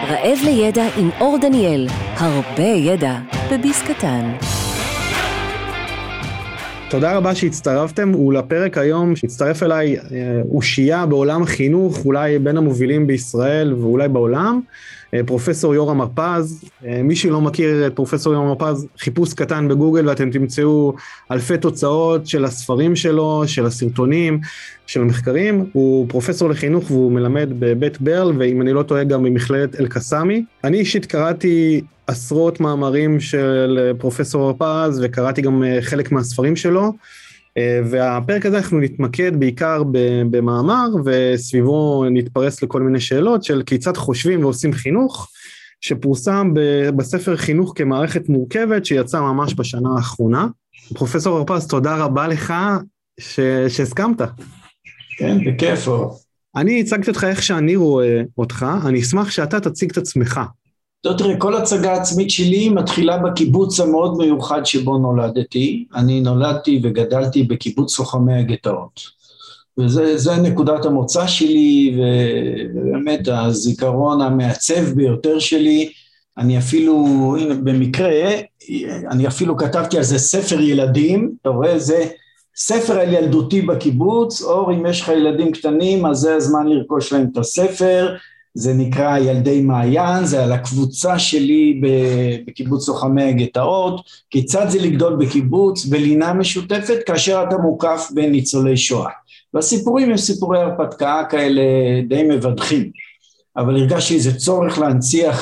רעב לידע עם אור דניאל, הרבה ידע בביס קטן. תודה רבה שהצטרפתם, ולפרק היום שהצטרף אליי אושייה בעולם החינוך, אולי בין המובילים בישראל ואולי בעולם, פרופסור יורם הרפז. מי שלא מכיר את פרופסור יורם הרפז, חיפוש קטן בגוגל ואתם תמצאו אלפי תוצאות של הספרים שלו, של הסרטונים, של המחקרים. הוא פרופסור לחינוך והוא מלמד בבית ברל, ואם אני לא טועה גם במכללת אל-קסאמי. אני אישית קראתי עשרות מאמרים של פרופסור הרפז, וקראתי גם חלק מהספרים שלו, והפרק הזה אנחנו נתמקד בעיקר במאמר, וסביבו נתפרס לכל מיני שאלות של כיצד חושבים ועושים חינוך, שפורסם בספר חינוך כמערכת מורכבת, שיצא ממש בשנה האחרונה. פרופסור הרפז, תודה רבה לך שהסכמת. כן, בכיף. אני הצגתי אותך איך שאני רואה אותך, אני אשמח שאתה תציג את עצמך. תראה, כל הצגה עצמית שלי מתחילה בקיבוץ המאוד מיוחד שבו נולדתי. אני נולדתי וגדלתי בקיבוץ לוחמי הגטאות. וזה נקודת המוצא שלי, ובאמת הזיכרון המעצב ביותר שלי. אני אפילו, במקרה, אני אפילו כתבתי על זה ספר ילדים. אתה רואה, זה ספר על ילדותי בקיבוץ. אור, אם יש לך ילדים קטנים, אז זה הזמן לרכוש להם את הספר. זה נקרא ילדי מעיין, זה על הקבוצה שלי בקיבוץ לוחמי הגטאות, כיצד זה לגדול בקיבוץ, בלינה משותפת, כאשר אתה מוקף בין ניצולי שואה. והסיפורים הם סיפורי הרפתקה כאלה די מבדחים, אבל הרגשתי איזה צורך להנציח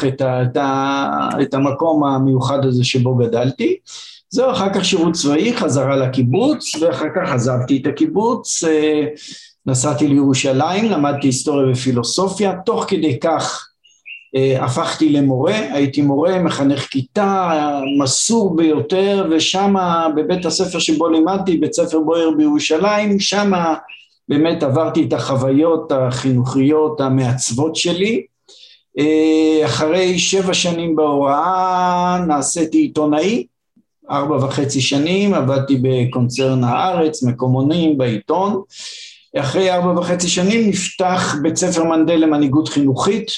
את המקום המיוחד הזה שבו גדלתי. זהו, אחר כך שירות צבאי, חזרה לקיבוץ, ואחר כך עזבתי את הקיבוץ, נסעתי לירושלים, למדתי היסטוריה ופילוסופיה, תוך כדי כך הפכתי למורה, הייתי מורה, מחנך כיתה, מסור ביותר, ושם בבית הספר שבו לימדתי, בית ספר בויאר בירושלים, שם באמת עברתי את החוויות החינוכיות המעצבות שלי. אחרי 7 שנים בהוראה נעשיתי עיתונאי, 4.5 שנים, עבדתי בקונצרן הארץ, מקומונים בעיתון. אחרי 4.5 שנים נפתח בית ספר מנדל למנהיגות חינוכית,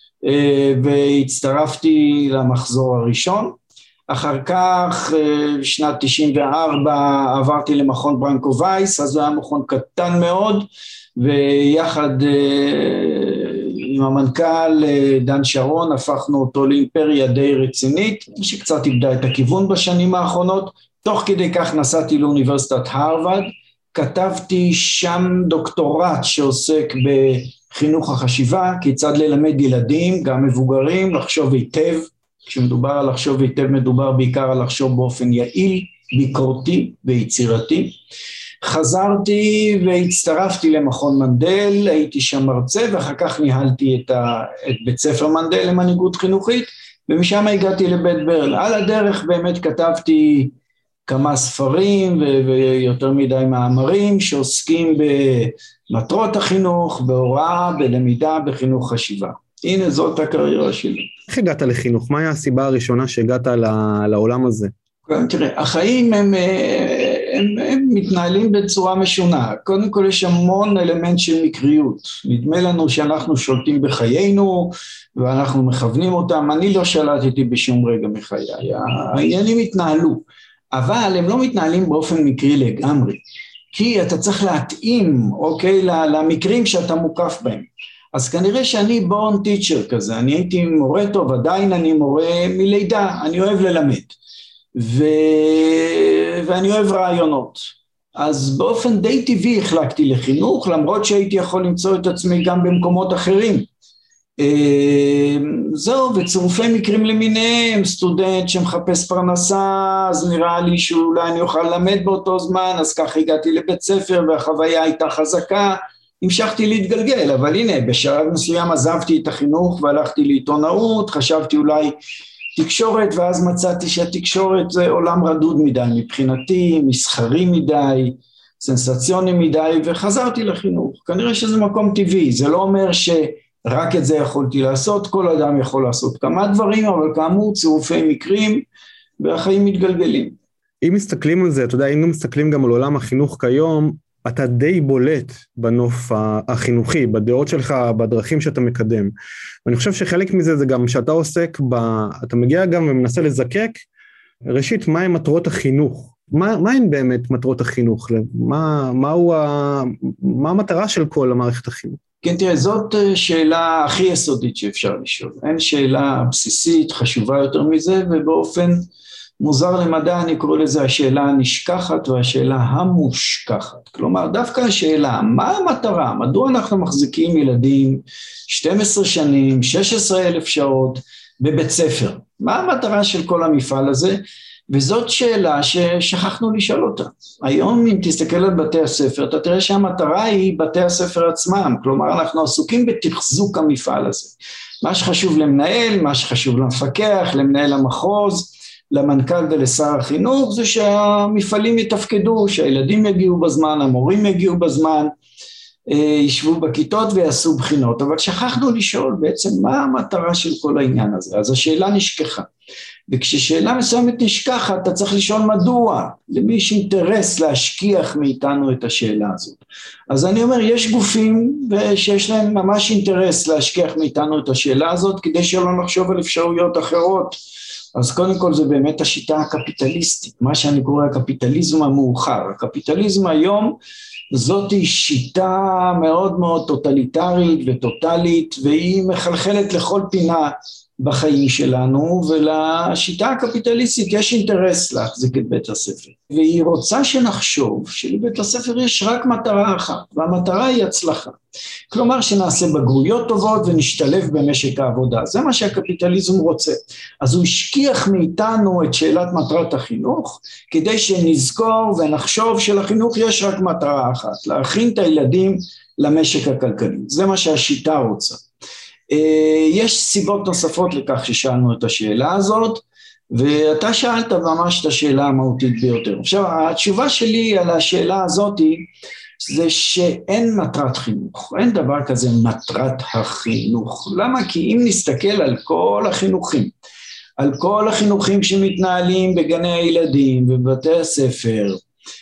והצטרפתי למחזור הראשון. אחר כך, בשנת 94, עברתי למכון ברנקו וייס, אז זה היה מכון קטן מאוד, ויחד עם המנכ"ל דן שרון, הפכנו אותו לאימפריה די רצינית, שקצת איבדה את הכיוון בשנים האחרונות. תוך כדי כך נסעתי לאוניברסיטת הרווארד, כתבתי שם דוקטורט שעוסק בחינוך החשיבה, כיצד ללמד ילדים, גם מבוגרים, לחשוב היטב. כשמדובר על לחשוב היטב, מדובר בעיקר על לחשוב באופן יעיל, ביקורתי ויצירתי. חזרתי והצטרפתי למכון מנדל, הייתי שם מרצה, ואחר כך ניהלתי את בית ספר מנדל למנהיגות חינוכית, ומשם הגעתי לבית ברל. על הדרך באמת כתבתי כמה ספרים ויותר מדי מאמרים שעוסקים במטרות החינוך, בהוראה, בלמידה, בחינוך חשיבה. הנה זאת הקריירה שלי. איך הגעת לחינוך? מה היה הסיבה הראשונה שהגעת לעולם הזה? תראה, החיים הם מתנהלים בצורה משונה. קודם כל יש המון אלמנט של מקריות. נדמה לנו שאנחנו שולטים בחיינו ואנחנו מכוונים אותם. אני לא שלטתי בשום רגע מחיי. העניינים התנהלו. אבל הם לא מתנהלים באופן מקרי לגמרי, כי אתה צריך להתאים, אוקיי, למקרים שאתה מוקף בהם. אז כנראה שאני born teacher כזה, אני הייתי מורה טוב, עדיין אני מורה מלידה, אני אוהב ללמד, ואני אוהב רעיונות. אז באופן די טבעי החלקתי לחינוך, למרות שהייתי יכול למצוא את עצמי גם במקומות אחרים. זהו, וצירופי מקרים למיניהם, סטודנט שמחפש פרנסה, אז נראה לי שאולי אני אוכל ללמד באותו זמן, אז כך הגעתי לבית ספר והחוויה הייתה חזקה, המשכתי להתגלגל, אבל הנה, בשלב מסוים עזבתי את החינוך והלכתי לעיתונאות, חשבתי אולי תקשורת, ואז מצאתי שהתקשורת זה עולם רדוד מדי מבחינתי, מסחרי מדי, סנסציוני מדי, וחזרתי לחינוך. כנראה שזה מקום טבעי, זה לא אומר רק את זה יכולתי לעשות, כל אדם יכול לעשות כמה דברים, אבל כאמור צירופי מקרים, והחיים מתגלגלים. אם מסתכלים על זה, אתה יודע, אם מסתכלים גם על עולם החינוך כיום, אתה די בולט בנוף החינוכי, בדעות שלך, בדרכים שאתה מקדם. ואני חושב שחלק מזה זה גם שאתה עוסק אתה מגיע גם ומנסה לזקק, ראשית, מהן מטרות החינוך? מהן באמת מטרות החינוך? מה המטרה של כל המערכת החינוך? כן, תראה, זאת שאלה הכי יסודית שאפשר לשאול. אין שאלה בסיסית, חשובה יותר מזה, ובאופן מוזר למדע אני קורא לזה השאלה הנשכחת והשאלה המושכחת. כלומר, דווקא השאלה, מה המטרה? מדוע אנחנו מחזיקים ילדים 12 שנים, 16,000 שעות בבית ספר? מה המטרה של כל המפעל הזה? וזאת שאלה ששכחנו לשאול אותה. היום אם תסתכל על בתי הספר, אתה תראה שהמטרה היא בתי הספר עצמם, כלומר אנחנו עסוקים בתחזוק המפעל הזה. מה שחשוב למנהל, מה שחשוב למפקח, למנהל המחוז, למנכ"ל ולשר החינוך, זה שהמפעלים יתפקדו, שהילדים יגיעו בזמן, המורים יגיעו בזמן, ישבו בכיתות ויעשו בחינות, אבל שכחנו לשאול בעצם מה המטרה של כל העניין הזה, אז השאלה נשכחה. וכששאלה מסוימת נשכחת, אתה צריך לשאול מדוע, למי יש אינטרס להשכיח מאיתנו את השאלה הזאת. אז אני אומר, יש גופים שיש להם ממש אינטרס להשכיח מאיתנו את השאלה הזאת, כדי שלא נחשוב על אפשרויות אחרות. אז קודם כל זה באמת השיטה הקפיטליסטית, מה שאני קורא הקפיטליזם המאוחר. הקפיטליזם היום זאת שיטה מאוד מאוד טוטליטרית וטוטלית, והיא מחלחלת לכל פינה בחיים שלנו, ולשיטה הקפיטליסטית יש אינטרס להחזיק את בית הספר. והיא רוצה שנחשוב שלבית הספר יש רק מטרה אחת, והמטרה היא הצלחה. כלומר שנעשה בגרויות טובות ונשתלב במשק העבודה, זה מה שהקפיטליזם רוצה. אז הוא השכיח מאיתנו את שאלת מטרת החינוך, כדי שנזכור ונחשוב שלחינוך יש רק מטרה אחת, להכין את הילדים למשק הכלכלי, זה מה שהשיטה רוצה. יש סיבות נוספות לכך ששאלנו את השאלה הזאת, ואתה שאלת ממש את השאלה המהותית ביותר. עכשיו, התשובה שלי על השאלה הזאת זה שאין מטרת חינוך, אין דבר כזה מטרת החינוך. למה? כי אם נסתכל על כל החינוכים שמתנהלים בגני הילדים ובבתי הספר,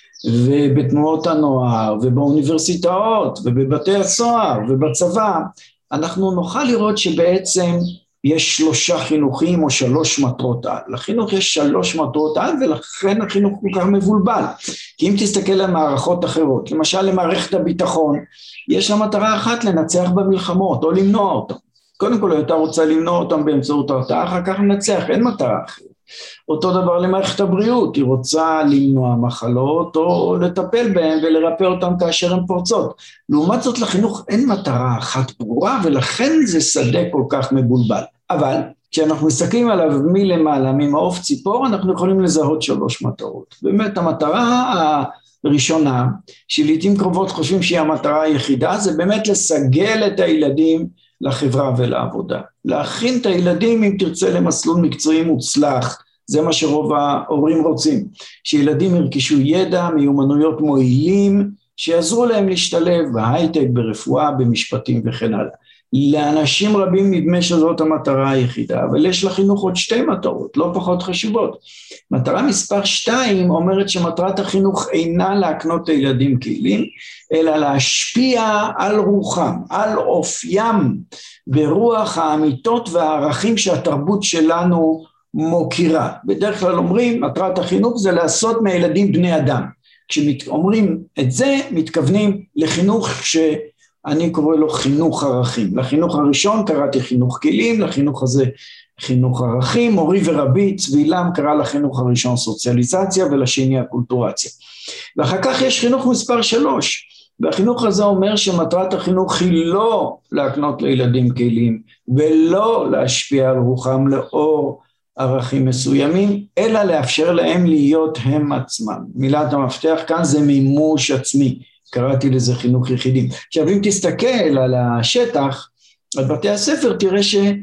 ובתנועות הנוער, ובאוניברסיטאות, ובבתי הסוהר, ובצבא, אנחנו נוכל לראות שבעצם יש 3 חינוכים או 3 מטרות על. לחינוך יש 3 מטרות על, ולכן החינוך כל כך מבולבל. כי אם תסתכל על מערכות אחרות, למשל למערכת הביטחון, יש לה מטרה אחת לנצח במלחמות, או למנוע אותם. קודם כל, אתה רוצה למנוע אותם באמצעות הרתעה, אחר כך לנצח, אין מטרה אחרת. אותו דבר למערכת הבריאות, היא רוצה למנוע מחלות או לטפל בהן ולרפא אותן כאשר הן פורצות. לעומת זאת לחינוך אין מטרה אחת ברורה, ולכן זה שדה כל כך מבולבל. אבל כשאנחנו מסתכלים עליו מלמעלה, ממעוף ציפור, אנחנו יכולים לזהות 3 מטרות. באמת המטרה הראשונה, שלעיתים קרובות חושבים שהיא המטרה היחידה, זה באמת לסגל את הילדים לחברה ולעבודה. להכין את הילדים אם תרצה למסלול מקצועי מוצלח, זה מה שרוב ההורים רוצים, שילדים ירכשו ידע, מיומנויות מועילים, שיעזרו להם להשתלב בהייטק, ברפואה, במשפטים וכן הלאה. לאנשים רבים נדמה שזאת המטרה היחידה, אבל יש לחינוך עוד 2 מטרות, לא פחות חשובות. מטרה מספר 2 אומרת שמטרת החינוך אינה להקנות לילדים כלים, אלא להשפיע על רוחם, על אופיים, ברוח האמיתות והערכים שהתרבות שלנו מוקירה. בדרך כלל אומרים, מטרת החינוך זה לעשות מהילדים בני אדם. כשאומרים את זה, מתכוונים לחינוך שאני קורא לו חינוך ערכים. לחינוך הראשון קראתי חינוך כלים, לחינוך הזה חינוך ערכים, מורי ורבי צבי אילם קרא לחינוך הראשון סוציאליזציה ולשני הקולטורציה. ואחר כך יש חינוך מספר 3, והחינוך הזה אומר שמטרת החינוך היא לא להקנות לילדים כלים, ולא להשפיע על רוחם לאור ערכים מסוימים, אלא לאפשר להם להיות הם עצמם. מילת המפתח כאן זה מימוש עצמי, קראתי לזה חינוך יחידים. עכשיו אם תסתכל על השטח, על בתי הספר, תראה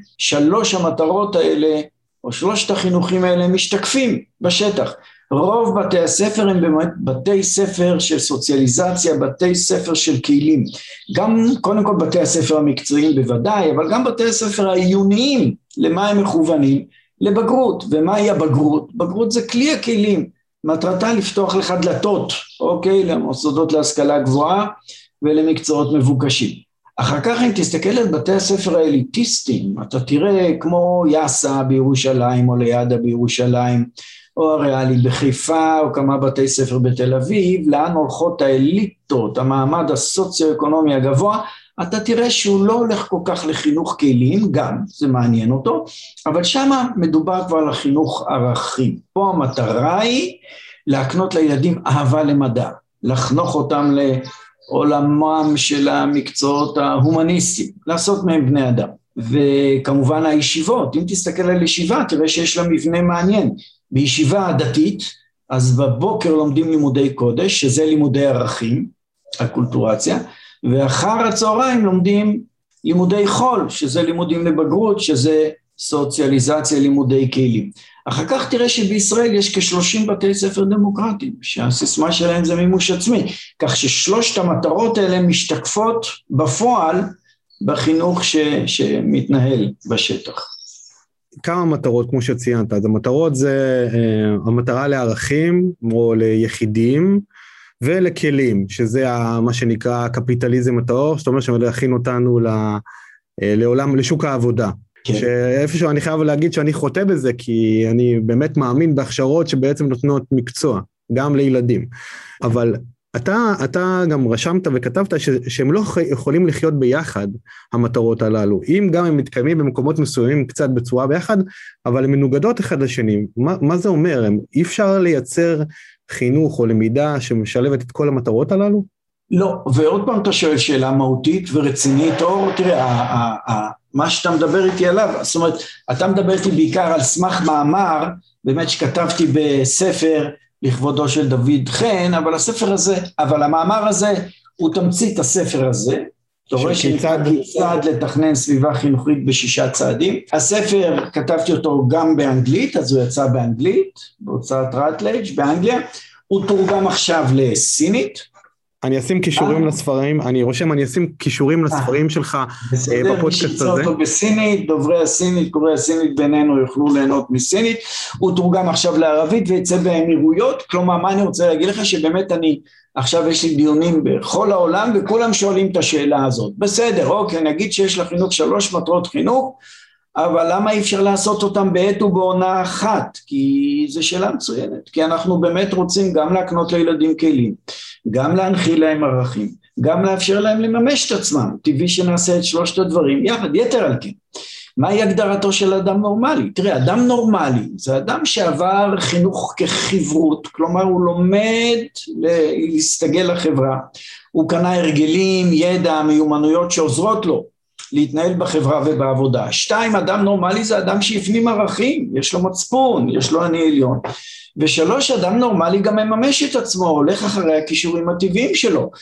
ש3 המטרות האלה, או 3 החינוכים האלה משתקפים בשטח. רוב בתי הספר הם באמת בתי ספר של סוציאליזציה, בתי ספר של כלים. גם קודם כל בתי הספר המקצועיים בוודאי, אבל גם בתי הספר העיוניים, למה הם מכוונים? לבגרות. ומהי הבגרות? בגרות זה כלי הכלים מטרתה לפתוח לך דלתות, אוקיי, למוסדות להשכלה גבוהה ולמקצועות מבוקשים. אחר כך אם תסתכל על בתי הספר האליטיסטיים, אתה תראה כמו יאסה בירושלים או לידה בירושלים, או הריאלי בחיפה, או כמה בתי ספר בתל אביב, לאן הולכות האליטות, המעמד הסוציו-אקונומי הגבוה, אתה תראה שהוא לא הולך כל כך לחינוך כלים, גם, זה מעניין אותו, אבל שם מדובר כבר על החינוך ערכים. פה המטרה היא להקנות לילדים אהבה למדע, לחנוך אותם לעולמם של המקצועות ההומניסטיים, לעשות מהם בני אדם. וכמובן הישיבות, אם תסתכל על ישיבה, תראה שיש לה מבנה מעניין. בישיבה דתית, אז בבוקר לומדים לימודי קודש, שזה לימודי ערכים, הקולטורציה, ואחר הצהריים לומדים לימודי חול, שזה לימודים לבגרות, שזה סוציאליזציה לימודי כלים. אחר כך תראה שבישראל יש כ-30 בתי ספר דמוקרטיים, שהסיסמה שלהם זה מימוש עצמי, כך ששלושת המטרות האלה משתקפות בפועל בחינוך שמתנהל בשטח. כמה מטרות כמו שציינת, אז המטרות זה המטרה לערכים או ליחידים ולכלים, שזה מה שנקרא קפיטליזם הטהור, זאת אומרת שמלהכין אותנו לעולם, לשוק העבודה. כן. שאיפשהו אני חייב להגיד שאני חוטא בזה, כי אני באמת מאמין בהכשרות שבעצם נותנות מקצוע, גם לילדים. אבל אתה גם רשמת וכתבת שהם לא יכולים לחיות ביחד, המטרות הללו. אם גם הם מתקיימים במקומות מסוימים קצת בצורה ביחד, אבל הם מנוגדות אחד לשני. מה זה אומר? אי אפשר לייצר חינוך או למידה שמשלבת את כל המטרות הללו? לא, ועוד פעם אתה שואל שאלה מהותית ורצינית, אור, תראה, מה שאתה מדבר איתי עליו, זאת אומרת, אתה מדבר איתי בעיקר על סמך מאמר, באמת שכתבתי בספר לכבודו של דוד חן, אבל המאמר הזה הוא תמצית הספר הזה, אתה רואה שנקרא כיצד לתכנן סביבה חינוכית ב6 צעדים, הספר כתבתי אותו גם באנגלית, אז הוא יצא באנגלית, בהוצאת רטלג' באנגליה, הוא תורגם עכשיו לסינית, אני אשים קישורים לספרים, אני אשים קישורים לספרים שלך בפודקאסט הזה. בסדר, אותו בסינית, דוברי הסינית, קוראי הסינית בינינו יוכלו ליהנות מסינית, הוא תורגם עכשיו לערבית ויצא באמירויות, כלומר מה אני רוצה להגיד לך שבאמת עכשיו יש לי דיונים בכל העולם וכולם שואלים את השאלה הזאת, בסדר, אוקיי, נגיד שיש לחינוך 3 מטרות חינוך, אבל למה אי אפשר לעשות אותם בעת ובעונה אחת? כי זו שאלה מצוינת, כי אנחנו באמת רוצים גם להקנות לילדים כלים, גם להנחיל להם ערכים, גם לאפשר להם לממש את עצמם, טבעי שנעשה את 3 הדברים יחד, יתר על כן. מהי הגדרתו של אדם נורמלי? תראה, אדם נורמלי זה אדם שעבר חינוך כחברות, כלומר הוא לומד להסתגל לחברה, הוא קנה הרגלים, ידע, מיומנויות שעוזרות לו, להתנהל בחברה ובעבודה. 2, אדם נורמלי זה אדם שיפנים ערכים, יש לו מצפון, יש לו אני עליון. ו3, אדם נורמלי גם מממש את עצמו, הולך אחרי הכישורים הטבעיים שלו.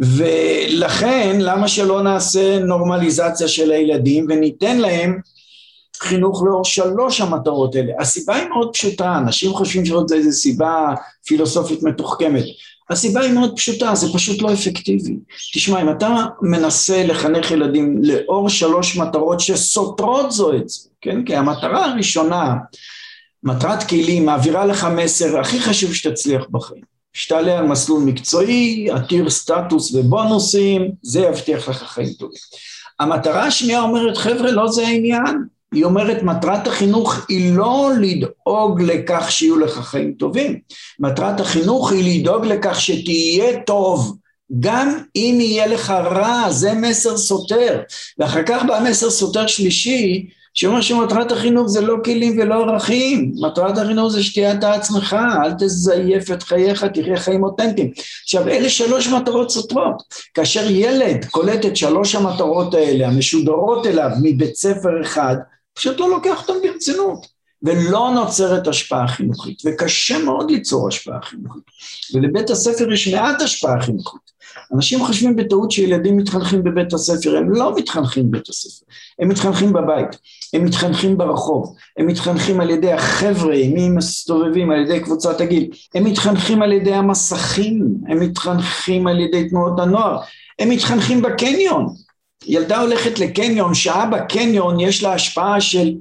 ולכן, למה שלא נעשה נורמליזציה של הילדים וניתן להם חינוך לאור 3 המטרות האלה? הסיבה היא מאוד פשוטה, אנשים חושבים שזאת איזו סיבה פילוסופית מתוחכמת. הסיבה היא מאוד פשוטה, זה פשוט לא אפקטיבי. תשמע, אם אתה מנסה לחנך ילדים לאור 3 מטרות שסותרות זו את זה, כן? כי המטרה הראשונה, מטרת כלים, מעבירה לך מסר, הכי חשוב שתצליח בחיים. שתעלה על מסלול מקצועי, עתיר סטטוס ובונוסים, זה יבטיח לך חיים טובים. המטרה השנייה אומרת, חבר'ה, לא זה העניין. היא אומרת, מטרת החינוך היא לא לדאוג לכך שיהיו לך חיים טובים. מטרת החינוך היא לדאוג לכך שתהיה טוב, גם אם יהיה לך רע, זה מסר סותר. ואחר כך בא מסר סותר שלישי, שאומר שמטרת החינוך זה לא כלים ולא ערכים, מטרת החינוך זה שתהיה אתה עצמך, אל תזייף את חייך, תחיה חיים אותנטיים. עכשיו, אלה 3 מטרות סותרות, כאשר ילד קולט את 3 המטרות האלה, המשודרות אליו מבית ספר אחד, פשוט לא לוקח אותם ברצינות, ולא נוצרת השפעה חינוכית, וקשה מאוד ליצור השפעה חינוכית, ולבית הספר יש מעט השפעה חינוכית. אנשים חושבים בטעות שילדים מתחנכים בבית הספר, הם לא מתחנכים בבית הספר, הם מתחנכים בבית, הם מתחנכים ברחוב, הם מתחנכים על ידי החבר'ה, מי מסתובבים, על ידי קבוצת הגיל, הם מתחנכים על ידי המסכים, הם מתחנכים על ידי תנועות הנוער, הם מתחנכים בקניון, ילדה הולכת לקניון, שעה בקניון יש לה השפעה של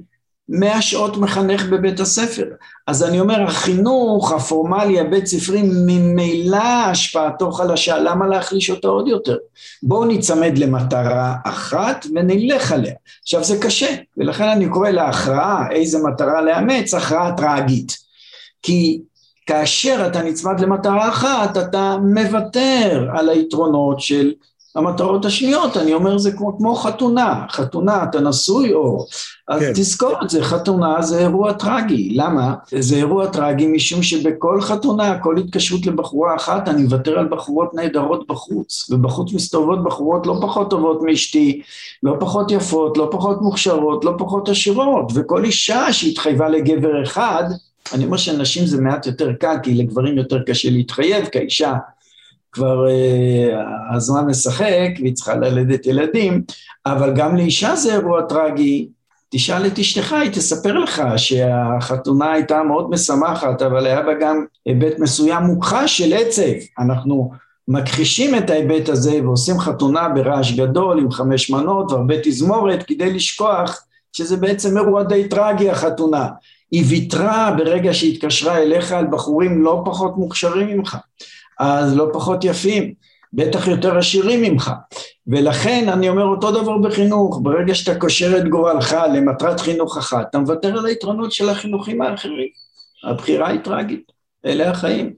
100 שעות מחנך בבית הספר. אז אני אומר, החינוך הפורמלי, הבית ספרי, ממילא השפעתו חלשה, למה להחליש אותה עוד יותר? בואו ניצמד למטרה אחת ונלך עליה. עכשיו זה קשה, ולכן אני קורא להכרעה, איזה מטרה לאמץ, הכרעה טרגית. כי כאשר אתה נצמד למטרה אחת, אתה מוותר על היתרונות של המטרות השניות. אני אומר, זה כמו חתונה, חתונה, אתה נשוי או, אז כן. תזכור את זה, חתונה זה אירוע טרגי. למה? זה אירוע טרגי משום שבכל חתונה, כל התקשרות לבחורה אחת, אני מוותר על בחורות נהדרות בחוץ, ובחוץ מסתובבות בחורות לא פחות טובות מאשתי, לא פחות יפות, לא פחות מוכשרות, לא פחות עשירות, וכל אישה שהתחייבה לגבר אחד, אני אומר שנשים זה מעט יותר קל, כי לגברים יותר קשה להתחייב, כי האישה כבר הזמן משחק, והיא צריכה ללדת ילדים, אבל גם לאישה זה אירוע טרגי. תשאל את אשתך, היא תספר לך שהחתונה הייתה מאוד משמחת, אבל היה בה גם היבט מסוים מוכחש של עצב. אנחנו מכחישים את ההיבט הזה, ועושים חתונה ברעש גדול, עם 5 מנות, והרבה תזמורת, כדי לשכוח שזה בעצם אירוע די טרגי החתונה. היא ויתרה ברגע שהתקשרה אליך על בחורים לא פחות מוכשרים ממך, אז לא פחות יפים, בטח יותר עשירים ממך, ולכן אני אומר אותו דבר בחינוך, ברגע שאתה קושר את גורלך למטרת חינוך אחת, אתה מוותר על היתרונות של החינוכים האחרים, הבחירה היא טרגית, אלה החיים.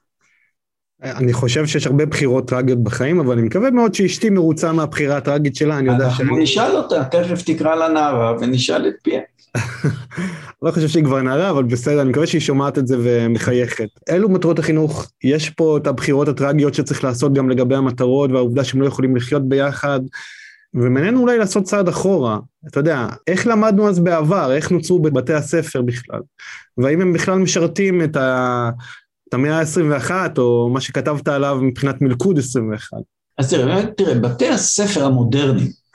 אני חושב שיש הרבה בחירות טרגיות בחיים, אבל אני מקווה מאוד שאשתי מרוצה מהבחירה הטרגית שלה, אני יודע אנחנו נשאל אותה, תכף תקרא לה נערה ונשאל את פיה. לא חושב שהיא כבר נערה, אבל בסדר, אני מקווה שהיא שומעת את זה ומחייכת. אילו מטרות החינוך? יש פה את הבחירות הטרגיות שצריך לעשות גם לגבי המטרות, והעובדה שהם לא יכולים לחיות ביחד, ומעניין אולי לעשות צעד אחורה. אתה יודע, איך למדנו אז בעבר, איך נוצרו בבתי הספר בכלל, והאם הם בכלל משרתים את המאה ה-21, או מה שכתבת עליו מבחינת מלכוד 21. אז תראה, בתי הספר המודרניים,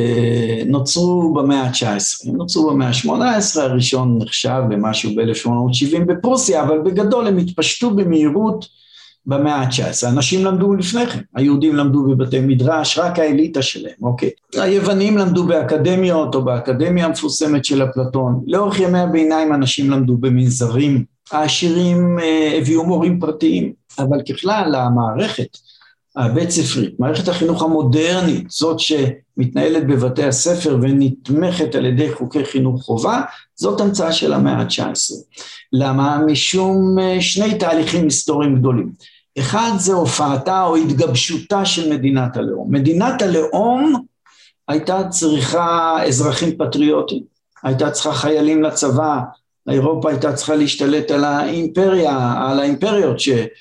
נוצרו במאה ה-19, הם נוצרו במאה ה-18, הראשון נחשב במשהו ב-1870 בפרוסיה, אבל בגדול הם התפשטו במהירות במאה ה-19, אנשים למדו לפני כן, היהודים למדו בבתי מדרש, רק האליטה שלהם, אוקיי. היוונים למדו באקדמיות או באקדמיה המפורסמת של אפלטון, לאורך ימי הביניים אנשים למדו במנזרים, העשירים הביאו מורים פרטיים, אבל ככלל המערכת, הבית ספרית, מערכת החינוך המודרנית, זאת שמתנהלת בבתי הספר ונתמכת על ידי חוקי חינוך חובה, זאת המצאה של המאה ה-19. למה? משום שני תהליכים היסטוריים גדולים. אחד זה הופעתה או התגבשותה של מדינת הלאום. מדינת הלאום הייתה צריכה אזרחים פטריוטים, הייתה צריכה חיילים לצבא, אירופה הייתה צריכה להשתלט על האימפריה, על האימפריות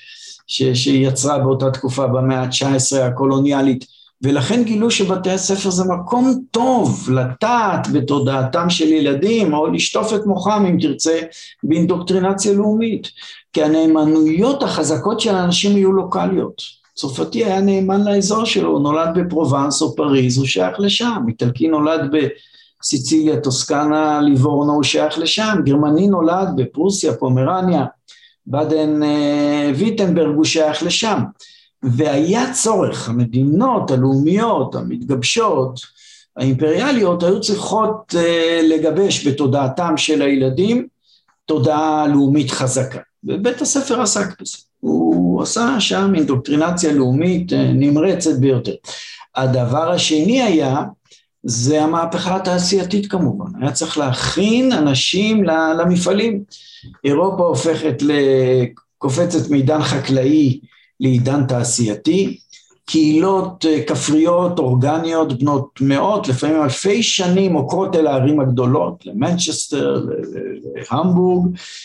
שהיא יצרה באותה תקופה במאה ה-19 הקולוניאלית, ולכן גילו שבתי הספר זה מקום טוב לטעת בתודעתם של ילדים, או לשטוף את מוחם אם תרצה באינדוקטרינציה לאומית, כי הנאמנויות החזקות של האנשים יהיו לוקליות. צרפתי היה נאמן לאזור שלו, הוא נולד בפרובנס או פריז, הוא שייך לשם, איטלקי נולד בסיציליה, טוסקנה, ליבורנו, הוא שייך לשם, גרמני נולד בפרוסיה, פומרניה, בדן ויטנברג הוא שייך לשם, והיה צורך, המדינות הלאומיות, המתגבשות, האימפריאליות, היו צריכות לגבש בתודעתם של הילדים, תודעה לאומית חזקה, ובית הספר עסק בזה, הוא עשה שם אינדוקטרינציה לאומית נמרצת ביותר. הדבר השני היה, זה המהפכה התעשייתית כמובן, היה צריך להכין אנשים למפעלים, אירופה הופכת קופצת מעידן חקלאי לעידן תעשייתי, קהילות כפריות אורגניות בנות מאות, לפעמים אלפי שנים עוקרות אל הערים הגדולות, למנצ'סטר, להמבורג,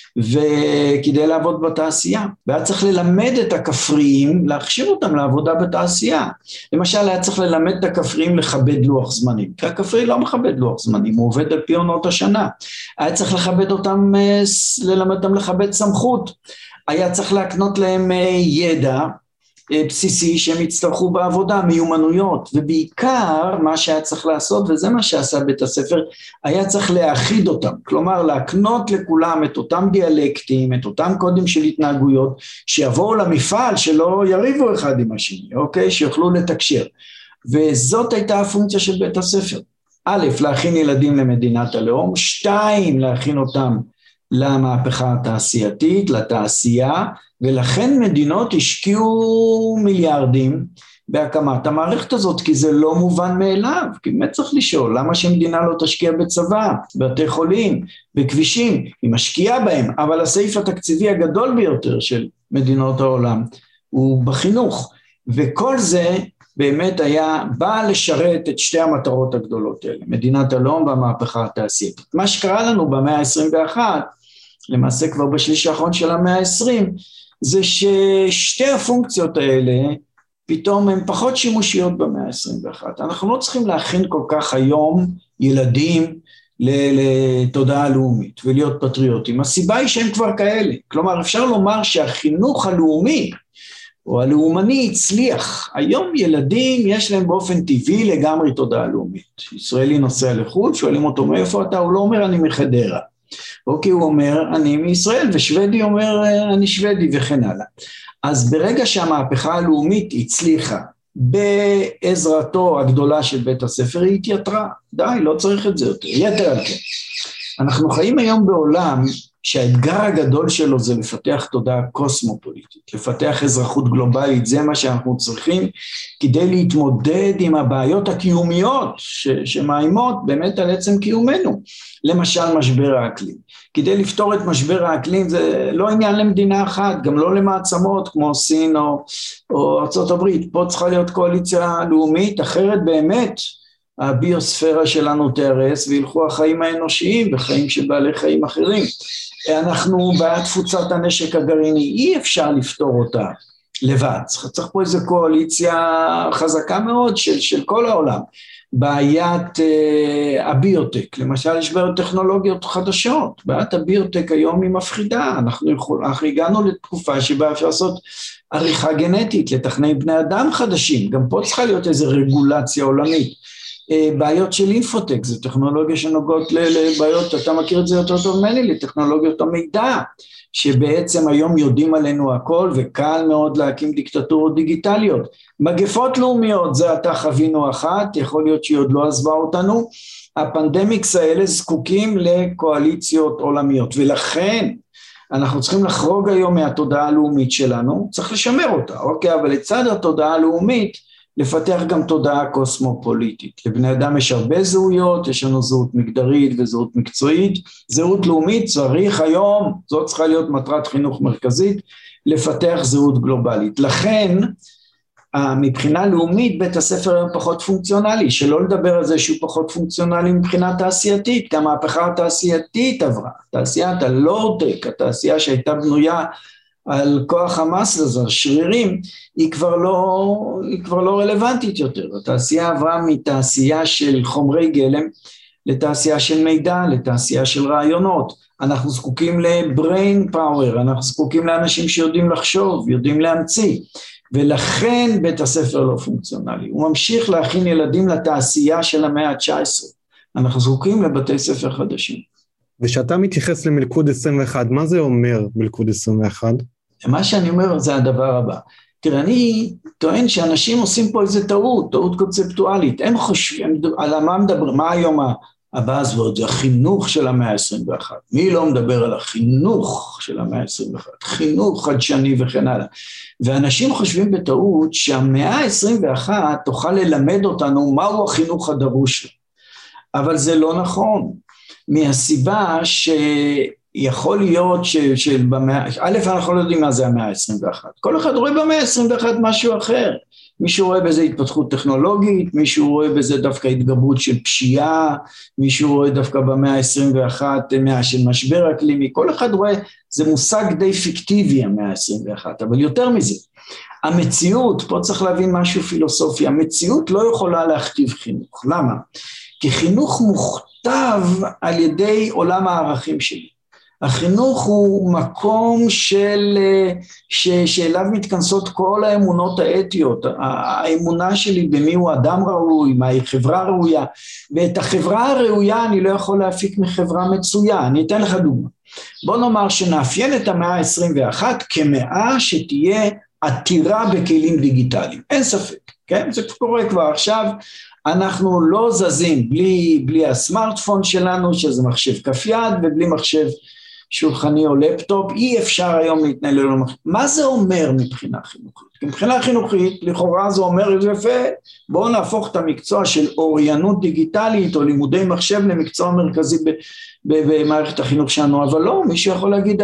וכדי לעבוד בתעשייה. והיה צריך ללמד את הכפריים, להכשיר אותם לעבודה בתעשייה. למשל, היה צריך ללמד את הכפריים לכבד לוח זמנים, כי הכפרי לא מכבד לוח זמנים, הוא עובד על פי עונות השנה. היה צריך לכבד אותם, ללמד אותם לכבד סמכות. היה צריך להקנות להם ידע, בסיסי שהם יצטרכו בעבודה, מיומנויות, ובעיקר מה שהיה צריך לעשות, וזה מה שעשה בית הספר, היה צריך להאחיד אותם, כלומר להקנות לכולם את אותם דיאלקטים, את אותם קודים של התנהגויות, שיבואו למפעל שלא יריבו אחד עם השני, אוקיי? שיוכלו לתקשר, וזאת הייתה הפונקציה של בית הספר. א', להכין ילדים למדינת הלאום, 2, להכין אותם למהפכה התעשייתית, לתעשייה, ולכן מדינות השקיעו מיליארדים בהקמת המערכת הזאת, כי זה לא מובן מאליו, כי באמת צריך לשאול, למה שמדינה לא תשקיע בצבא, בתי חולים, בכבישים, היא משקיעה בהם, אבל הסעיף התקציבי הגדול ביותר של מדינות העולם, הוא בחינוך, וכל זה באמת בא לשרת את שתי המטרות הגדולות האלה, מדינת הלאום והמהפכה התעשייתית. מה שקרה לנו במאה ה-21, למעשה כבר בשליש האחרון של המאה ה-20, זה ששתי הפונקציות האלה, פתאום הן פחות שימושיות במאה ה-21. אנחנו לא צריכים להכין כל כך היום ילדים לתודעה לאומית ולהיות פטריוטים. הסיבה היא שהם כבר כאלה. כלומר, אפשר לומר שהחינוך הלאומי או הלאומני הצליח. היום ילדים יש להם באופן טבעי לגמרי תודעה לאומית. ישראלי נוסע לחוץ, שואלים אותו מאיפה אתה, הוא לא אומר אני מחדרה. אוקיי, הוא אומר אני מישראל, ושוודי אומר אני שוודי וכן הלאה. אז ברגע שהמהפכה הלאומית הצליחה בעזרתו הגדולה של בית הספר, היא התייתרה. די, לא צריך את זה יותר. יתר על כן. אנחנו חיים היום בעולם שהאתגר הגדול שלו זה לפתח תודעה קוסמופוליטית, לפתח אזרחות גלובלית, זה מה שאנחנו צריכים כדי להתמודד עם הבעיות הקיומיות שמאיימות באמת על עצם קיומנו, למשל משבר האקלים. כדי לפתור את משבר האקלים זה לא עניין למדינה אחת, גם לא למעצמות כמו סין או ארצות הברית, פה צריכה להיות קואליציה לאומית, אחרת באמת הביוספירה שלנו תיהרס וילכו החיים האנושיים וחיים של בעלי חיים אחרים. אנחנו בעד תפוצת הנשק הגרעיני, אי אפשר לפתור אותה לבד, צריך פה איזו קואליציה חזקה מאוד של כל העולם. בעיית הביוטק, למשל יש בעיות טכנולוגיות חדשות, בעיית הביוטק היום היא מפחידה, אנחנו הגענו לתקופה שבה אפשר לעשות עריכה גנטית, לתכנן בני אדם חדשים, גם פה צריכה להיות איזו רגולציה עולמית. בעיות של אינפוטק, זה טכנולוגיה שנוגעות לבעיות, אתה מכיר את זה יותר טוב ממני, לטכנולוגיות המידע, שבעצם היום יודעים עלינו הכל, וקל מאוד להקים דיקטטורות דיגיטליות. מגפות לאומיות, זה אתה חווינו אחת, יכול להיות שהיא עוד לא עזבה אותנו, הפנדמיקס האלה זקוקים לקואליציות עולמיות, ולכן אנחנו צריכים לחרוג היום מהתודעה הלאומית שלנו, צריך לשמר אותה, אוקיי, אבל לצד התודעה הלאומית, לפתח גם תודעה קוסמופוליטית. לבני אדם יש הרבה זהויות, יש לנו זהות מגדרית וזהות מקצועית, זהות לאומית צריך היום, זאת צריכה להיות מטרת חינוך מרכזית, לפתח זהות גלובלית. לכן, מבחינה לאומית, בית הספר היום פחות פונקציונלי, שלא לדבר על זה שהוא פחות פונקציונלי מבחינה תעשייתית, גם המהפכה התעשייתית עברה, תעשיית הלואו-טק, התעשייה שהייתה בנויה, על כוח המס הזה, שרירים, היא כבר לא רלוונטית יותר. התעשייה עברה מתעשייה של חומרי גלם, לתעשייה של מידע, לתעשייה של רעיונות. אנחנו זקוקים ל-brain power, אנחנו זקוקים לאנשים שיודעים לחשוב, יודעים להמציא, ולכן בית הספר לא פונקציונלי. הוא ממשיך להכין ילדים לתעשייה של המאה ה-19. אנחנו זקוקים לבתי ספר חדשים. ושאתה מתייחס למלכוד 21, מה זה אומר מלכוד 21? מה שאני אומר זה הדבר הבא. תראה, אני טוען שאנשים עושים פה איזה טעות קונספטואלית. הם חושבים, על מה מדברים, מה היום הבא הזאת? זה החינוך של המאה ה-21. מי לא מדבר על החינוך של המאה ה-21? חינוך חדשני וכן הלאה. ואנשים חושבים בטעות שהמאה ה-21 תוכל ללמד אותנו מהו החינוך הדרוש. אבל זה לא נכון. מהסיבה שיכול להיות א', אנחנו לא יודעים מה זה המאה ה-21, כל אחד רואה במאה ה-21 משהו אחר, מישהו רואה בזה התפתחות טכנולוגית, מישהו רואה בזה דווקא התגברות של פשיעה, מישהו רואה דווקא במאה ה-21 מאה של משבר אקלימי, כל אחד רואה, זה מושג די פיקטיבי המאה ה-21, אבל יותר מזה, המציאות, פה צריך להבין משהו פילוסופי, המציאות לא יכולה להכתיב חינוך, למה? כי חינוך מוכתב על ידי עולם הערכים שלי. החינוך הוא מקום שאליו מתכנסות כל האמונות האתיות, האמונה שלי במי הוא אדם ראוי, מהי חברה ראויה, ואת החברה הראויה אני לא יכול להפיק מחברה מצויה. אני אתן לך דוגמה. בוא נאמר שנאפיין את המאה ה-21 כמאה שתהיה עתירה בכלים דיגיטליים, אין ספק, כן? זה קורה כבר עכשיו, אנחנו לא זזים בלי הסמארטפון שלנו, שזה מחשב כף יד, ובלי מחשב שולחני או לפטופ, אי אפשר היום להתנהל ללא מחשב. מה זה אומר מבחינה חינוכית? מבחינה חינוכית, לכאורה זה אומר יפה, בואו נהפוך את המקצוע של אוריינות דיגיטלית, או לימודי מחשב למקצוע מרכזי במערכת החינוך שלנו, אבל לא, מישהו יכול להגיד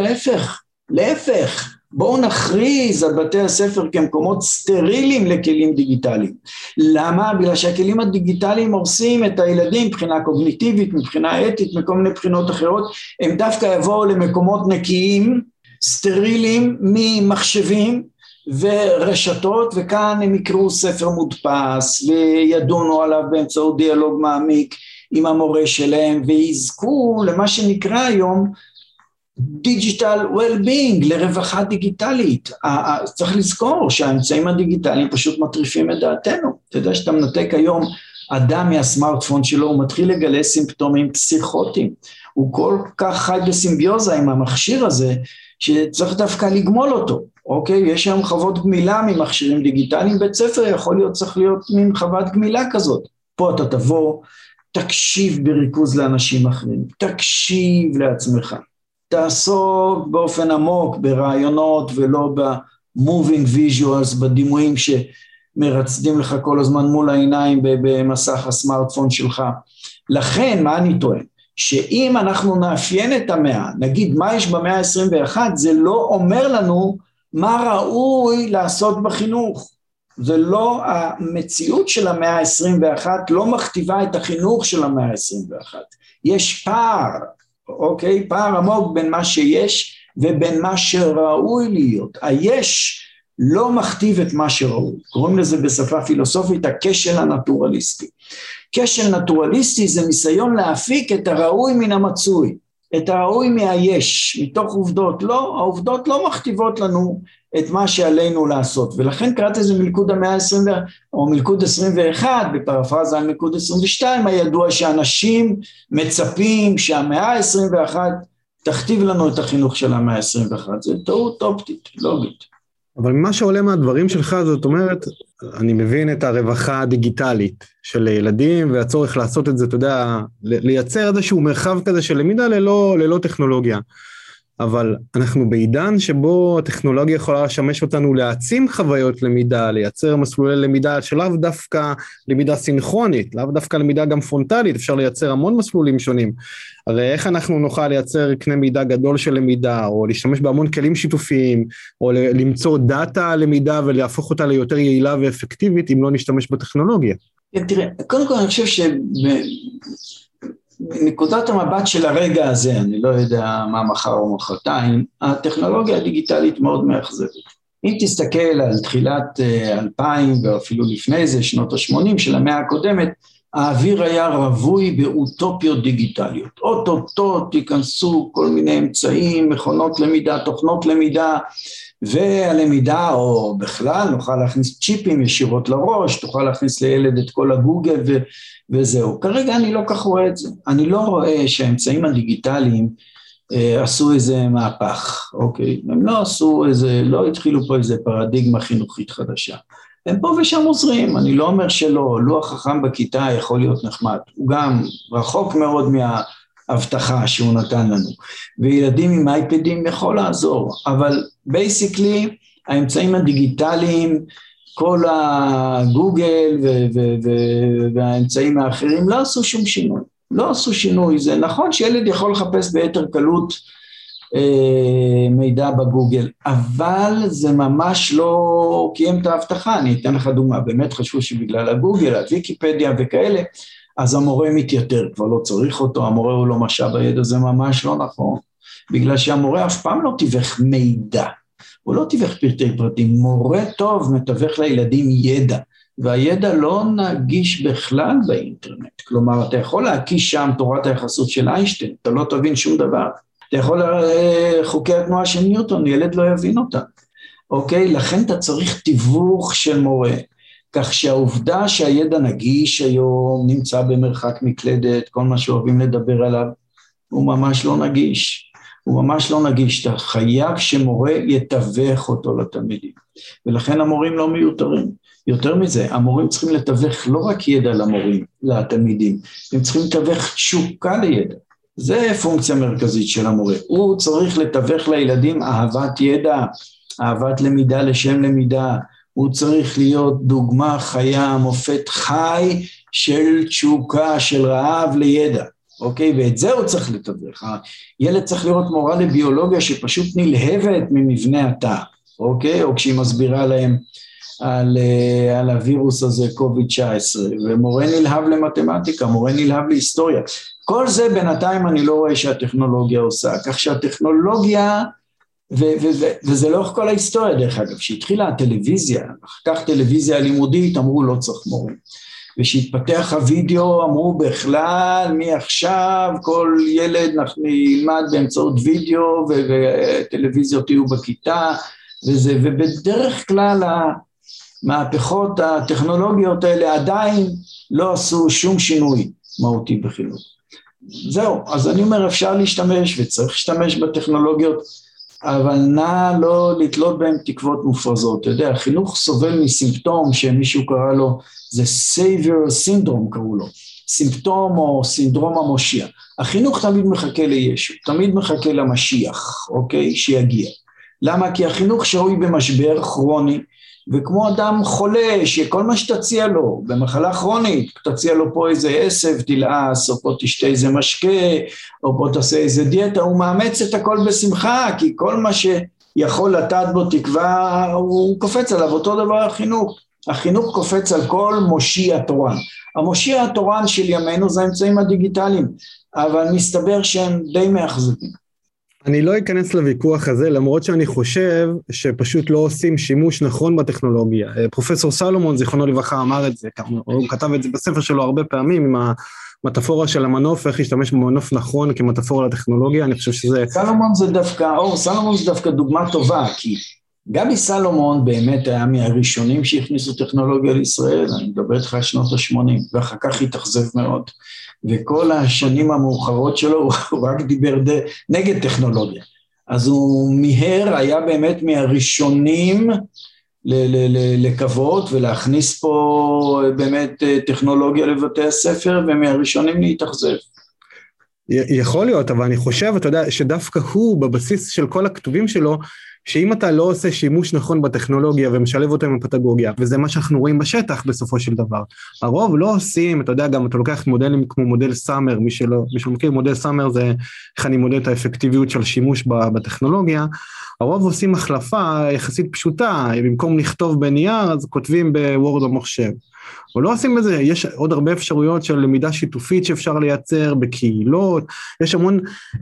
להפך, בואו נכריז על בתי הספר כמקומות סטרילים לכלים דיגיטליים. למה? בגלל שהכלים הדיגיטליים הורסים את הילדים מבחינה קוגניטיבית, מבחינה אתית, מכל מיני בחינות אחרות, הם דווקא יבואו למקומות נקיים, סטרילים ממחשבים ורשתות, וכאן הם יקראו ספר מודפס וידונו עליו באמצעות דיאלוג מעמיק עם המורה שלהם, ויזכו למה שנקרא היום digital well-being, לרווחה דיגיטלית. צריך לזכור שהאמצעים הדיגיטליים פשוט מטריפים את דעתנו. אתה יודע שאתה מנתק היום אדם מהסמארטפון שלו, הוא מתחיל לגלה סימפטומים פסיכוטיים, הוא כל כך חי בסימביוזה עם המכשיר הזה, שצריך דווקא לגמול אותו, אוקיי? יש היום חוות גמילה ממכשירים דיגיטליים, בית ספר יכול להיות, צריך להיות מין חוות גמילה כזאת. פה אתה תבוא, תקשיב בריכוז לאנשים אחרים, תקשיב לעצמך, תעסוק באופן עמוק ברעיונות ולא ב-moving visuals, בדימויים שמרצדים לך כל הזמן מול העיניים במסך הסמארטפון שלך. לכן, מה אני טוען? שאם אנחנו נאפיין את המאה, נגיד מה יש במאה ה-21, זה לא אומר לנו מה ראוי לעשות בחינוך. זה לא, המציאות של המאה ה-21 לא מכתיבה את החינוך של המאה ה-21. יש פער, אוקיי? פער עמוק בין מה שיש ובין מה שראוי להיות. היש לא מכתיב את מה שראוי. קוראים לזה בשפה פילוסופית הכשל הנטורליסטי. כשל נטורליסטי זה ניסיון להפיק את הראוי מן המצוי, את הראוי מהיש, מתוך עובדות. לא, העובדות לא מכתיבות לנו את מה שעלינו לעשות, ולכן קראת איזה מלכוד המאה ה-20, או מלכוד 21, בפרפרזה על מלכוד 22, הידוע שאנשים מצפים שהמאה ה-21 תכתיב לנו את החינוך של המאה ה-21, זה טעות אופטית, לוגית. אבל מה שעולה מהדברים שלך, זאת אומרת, אני מבין את הרווחה הדיגיטלית של ילדים, והצורך לעשות את זה, אתה יודע, לייצר איזשהו מרחב כזה של למידה ללא טכנולוגיה. אבל אנחנו בעידן שבו הטכנולוגיה יכולה לשמש אותנו להעצים חוויות למידה, לייצר מסלולי למידה שלאו דווקא למידה סינכרונית, לאו דווקא למידה גם פרונטלית, אפשר לייצר המון מסלולים שונים. הרי איך אנחנו נוכל לייצר קנה מידה גדול של למידה, או להשתמש בהמון כלים שיתופיים, או למצוא דאטה למידה ולהפוך אותה ליותר יעילה ואפקטיבית, אם לא נשתמש בטכנולוגיה? תראה, קודם כל אני חושב נקודת המבט של הרגע הזה, אני לא יודע מה מחר או מחרתיים, הטכנולוגיה הדיגיטלית מאוד מאכזבת. אם תסתכל על תחילת 2000 ואפילו לפני זה, שנות ה-80 של המאה הקודמת, האוויר היה רווי באוטופיות דיגיטליות. אוטוטו תיכנסו כל מיני אמצעים, מכונות למידה, תוכנות למידה, והלמידה, או בכלל, נוכל להכניס צ'יפים ישירות לראש, תוכל להכניס לילד את כל הגוגל וזהו. כרגע אני לא כך רואה את זה. אני לא רואה שהאמצעים הדיגיטליים עשו איזה מהפך, אוקיי? הם לא עשו איזה, לא התחילו פה איזה פרדיגמה חינוכית חדשה. הם פה ושם עוזרים, אני לא אומר שלא, לוח חכם בכיתה יכול להיות נחמד, הוא גם רחוק מאוד מההבטחה שהוא נתן לנו, וילדים עם אייפדים יכול לעזור, אבל בייסיקלי האמצעים הדיגיטליים, כל הגוגל והאמצעים האחרים לא עשו שום שינוי, לא עשו שינוי, זה נכון שילד יכול לחפש ביתר קלות מידע בגוגל, אבל זה ממש לא קיים את ההבטחה. אני אתן לך דוגמה, באמת חשבו שבגלל הגוגל, הוויקיפדיה וכאלה, אז המורה מתייתר, כבר לא צריך אותו, המורה הוא לא משאב הידע, זה ממש לא נכון, בגלל שהמורה אף פעם לא תיווך מידע, הוא לא תיווך פרטי פרטים, מורה טוב מתווך לילדים ידע, והידע לא נגיש בכלל באינטרנט, כלומר אתה יכול להקיש שם תורת היחסות של איינשטיין, אתה לא תבין שום דבר, אתה יכול חוקי התנועה של ניוטון, ילד לא יבין אותה, אוקיי? לכן אתה צריך תיווך של מורה, כך שהעובדה שהידע נגיש היום, נמצא במרחק מקלדת, כל מה שאוהבים לדבר עליו, הוא ממש לא נגיש, הוא ממש לא נגיש, אתה חייב שמורה יתווך אותו לתלמידים, ולכן המורים לא מיותרים, יותר מזה, המורים צריכים לתווך לא רק ידע למורים, לתלמידים, הם צריכים לתווך תשוקה לידע. זה פונקציה מרכזית של המורה. הוא צריך לתווך לילדים אהבת ידע, אהבת למידה לשם למידה, הוא צריך להיות דוגמה חיה, מופת חי של תשוקה, של רעב לידע. אוקיי? ואת זה הוא צריך לתווך. הילד צריך לראות מורה לביולוגיה שפשוט נלהבת ממבנה התא, אוקיי? או כשהיא מסבירה להם על הווירוס הזה, COVID-19, ומורה נלהב למתמטיקה, מורה נלהב להיסטוריה. כל זה בינתיים אני לא רואה שהטכנולוגיה עושה, כך שהטכנולוגיה, וזה לאורך כל ההיסטוריה דרך אגב, שהתחילה הטלוויזיה, אחר כך טלוויזיה לימודית, אמרו לא צריך מורה. ושהתפתח הוידאו, אמרו בכלל, מעכשיו כל ילד ילמד באמצעות וידאו, וטלוויזיות יהיו בכיתה, ובדרך כלל המהפכות הטכנולוגיות האלה עדיין לא עשו שום שינוי מהותי בחינוך. זהו, אז אני אומר, אפשר להשתמש וצריך להשתמש בטכנולוגיות, אבל נא לא לתלות בהם תקוות מופרזות. אתה יודע, החינוך סובל מסימפטום שמישהו קרא לו, זה Savior Syndrome קראו לו, סימפטום או סינדרום המושיע. החינוך תמיד מחכה לישו, תמיד מחכה למשיח, אוקיי, שיגיע. למה? כי החינוך שרוי במשבר כרוני, וכמו אדם חולה, שכל מה שתציע לו, במחלה כרונית, תציע לו פה איזה עשב, תלעס, או פה תשתה איזה משקה, או פה תעשה איזה דיאטה, הוא מאמץ את הכל בשמחה, כי כל מה שיכול לתת בו תקווה, הוא קופץ עליו, אותו דבר החינוך. החינוך קופץ על כל מושיע תורן. המושיע התורן של ימינו זה האמצעים הדיגיטליים, אבל מסתבר שהם די מאכזבים. אני לא אכנס לוויכוח הזה, למרות שאני חושב שפשוט לא עושים שימוש נכון בטכנולוגיה. פרופסור סלומון, זיכרונו לברכה, אמר את זה, הוא כתב את זה בספר שלו הרבה פעמים, עם המטאפורה של המנוף, איך להשתמש במנוף נכון כמטאפורה לטכנולוגיה, אני חושב שזה... סלומון זה דווקא דוגמה טובה, כי גבי סלומון באמת היה מהראשונים שהכניסו טכנולוגיה לישראל, אני מדבר איתך על שנות ה-80, ואחר כך התאכזב מאוד. וכל השנים המאוחרות שלו הוא רק דיבר נגד טכנולוגיה. אז הוא היה באמת מהראשונים לקוות ולהכניס פה באמת טכנולוגיה לבתי הספר, ומהראשונים להתאכזב. יכול להיות, אבל אני חושב, אתה יודע, שדווקא הוא בבסיס של כל הכתובים שלו, שאם אתה לא עושה שימוש נכון בטכנולוגיה ומשלב אותה עם הפדגוגיה, וזה מה שאנחנו רואים בשטח בסופו של דבר, הרוב לא עושים, אתה יודע, גם אתה לוקח מודלים כמו מודל סאמר, מי שמכיר מודל סאמר זה איך אני מודד את האפקטיביות של שימוש בטכנולוגיה, הרוב עושים החלפה יחסית פשוטה, במקום לכתוב בנייר, אז כותבים בוורד או מחשב, אבל לא עושים בזה, יש עוד הרבה אפשרויות של למידה שיתופית שאפשר לייצר בקהילות, יש המון...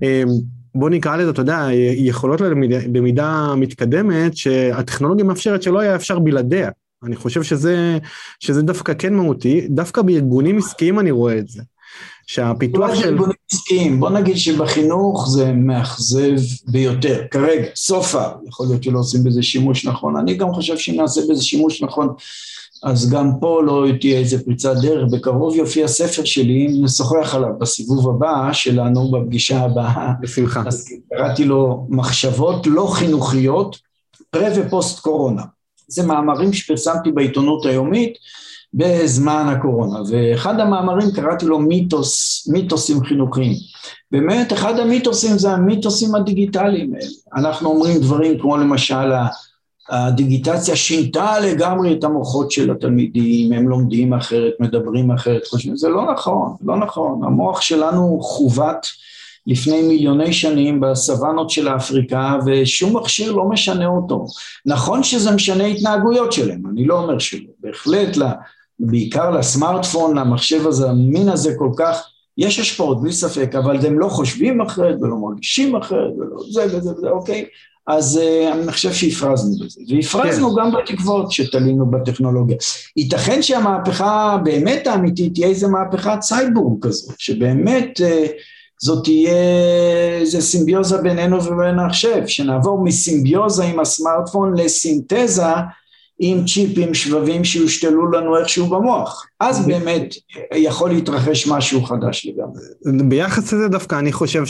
בוא נקרא לזה, אתה יודע, יכולות במידה מתקדמת, שהטכנולוגיה מאפשרת שלא היה אפשר בלעדיה. אני חושב שזה דווקא כן מהותי, דווקא בארגונים עסקיים אני רואה את זה. שהפיתוח של... בארגונים עסקיים, בוא נגיד שבחינוך זה מאכזב ביותר, כרגע, סופה, יכול להיות שלא עושים בזה שימוש נכון, אני גם חושב שאם נעשה בזה שימוש נכון, אז גם פה לא תהיה איזה פריצת דרך, בקרוב יופיע ספר שלי, נשוחח עליו בסיבוב הבא שלנו, בפגישה הבאה. בשמחה. אז קראתי לו מחשבות לא חינוכיות, פרה ופוסט קורונה. זה מאמרים שפרסמתי בעיתונות היומית בזמן הקורונה, ואחד המאמרים קראתי לו מיתוסים חינוכיים. באמת אחד המיתוסים זה המיתוסים הדיגיטליים. אנחנו אומרים דברים כמו למשל הדיגיטציה שינתה לגמרי את המוחות של התלמידים, הם לומדים אחרת, מדברים אחרת, חושבים, זה לא נכון, לא נכון, המוח שלנו חוות לפני מיליוני שנים בסוונות של אפריקה, ושום מכשיר לא משנה אותו, נכון שזה משנה התנהגויות שלהם, אני לא אומר שלא, בהחלט, בעיקר לסמארטפון, למחשב הזה, המין הזה כל כך, יש השפעות בלי ספק, אבל הם לא חושבים אחרת, ולא מרגישים אחרת, ולא זה וזה וזה, אוקיי? אז אני חושב שהפרזנו בזה, והפרזנו גם בתקוות שתלינו בטכנולוגיה. ייתכן שהמהפכה באמת האמיתית תהיה איזו מהפכת סייבורג כזאת, שבאמת זאת תהיה איזו סימביוזה בינינו ובין המחשב, שנעבור מסימביוזה עם הסמארטפון לסינתזה עם צ'יפים, שבבים שיושתלו לנו איכשהו במוח. אז באמת יכול להתרחש משהו חדש לגמרי. ביחס לזה דווקא אני חושב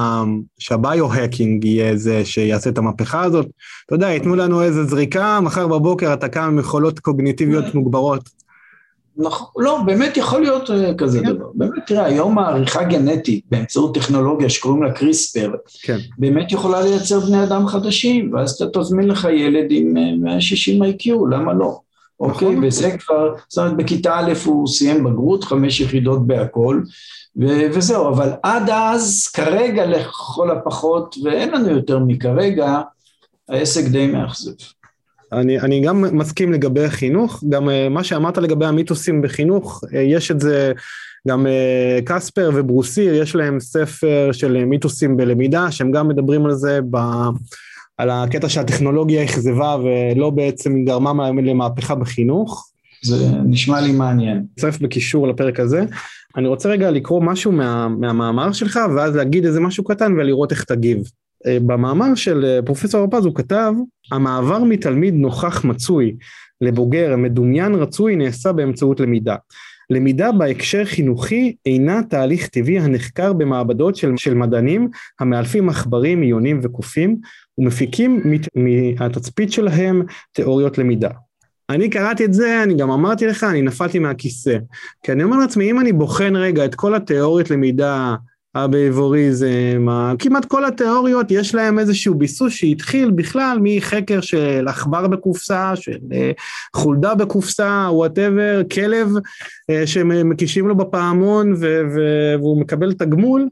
שהביו-הקינג יהיה זה שיעשה את המהפכה הזאת. אתה יודע, יתנו לנו איזה זריקה, מחר בבוקר אתה קם עם יכולות קוגניטיביות מוגברות. נכון, לא, באמת יכול להיות כזה דבר. באמת, תראה, היום העריכה גנטית באמצעות טכנולוגיה שקוראים לה קריספר, באמת יכולה לייצר בני אדם חדשים, ואז אתה תזמין לך ילד עם 160 IQ, למה לא? אוקיי, וזה כבר, זאת אומרת, בכיתה א' הוא סיים בגרות, 5 יחידות בהכל, וזהו, אבל עד אז, כרגע לכל הפחות, ואין לנו יותר מכרגע, העסק די מאכזב. אני גם מסכים לגבי החינוך, גם מה שאמרת לגבי המיתוסים בחינוך, יש את זה, גם קספר וברוסיר, יש להם ספר של מיתוסים בלמידה, שהם גם מדברים על זה, על הקטע שהטכנולוגיה הכזבה, ולא בעצם גרמה למהפכה בחינוך. זה נשמע לי מעניין. צרף בקישור לפרק הזה. אני רוצה רגע לקרוא משהו מהמאמר שלך, ואז להגיד איזה משהו קטן, ולראות איך תגיב. במאמר של פרופסור הרפז הוא כתב, המעבר מתלמיד נוכח מצוי לבוגר מדומיין רצוי נעשה באמצעות למידה. למידה בהקשר חינוכי אינה תהליך טבעי הנחקר במעבדות של מדענים המאלפים עכברים, איונים וקופים ומפיקים מהתצפית שלהם תיאוריות למידה. אני קראתי את זה, אני גם אמרתי לך, אני נפלתי מהכיסא, כי אני אומר לעצמי, אם אני בוחן רגע את כל התיאוריות למידה, הבייבוריזם, כמעט כל התיאוריות יש להם איזשהו ביסוס שהתחיל בכלל מחקר של עכבר בקופסה, של חולדה בקופסה, whatever, כלב שמקישים לו בפעמון והוא מקבל תגמול,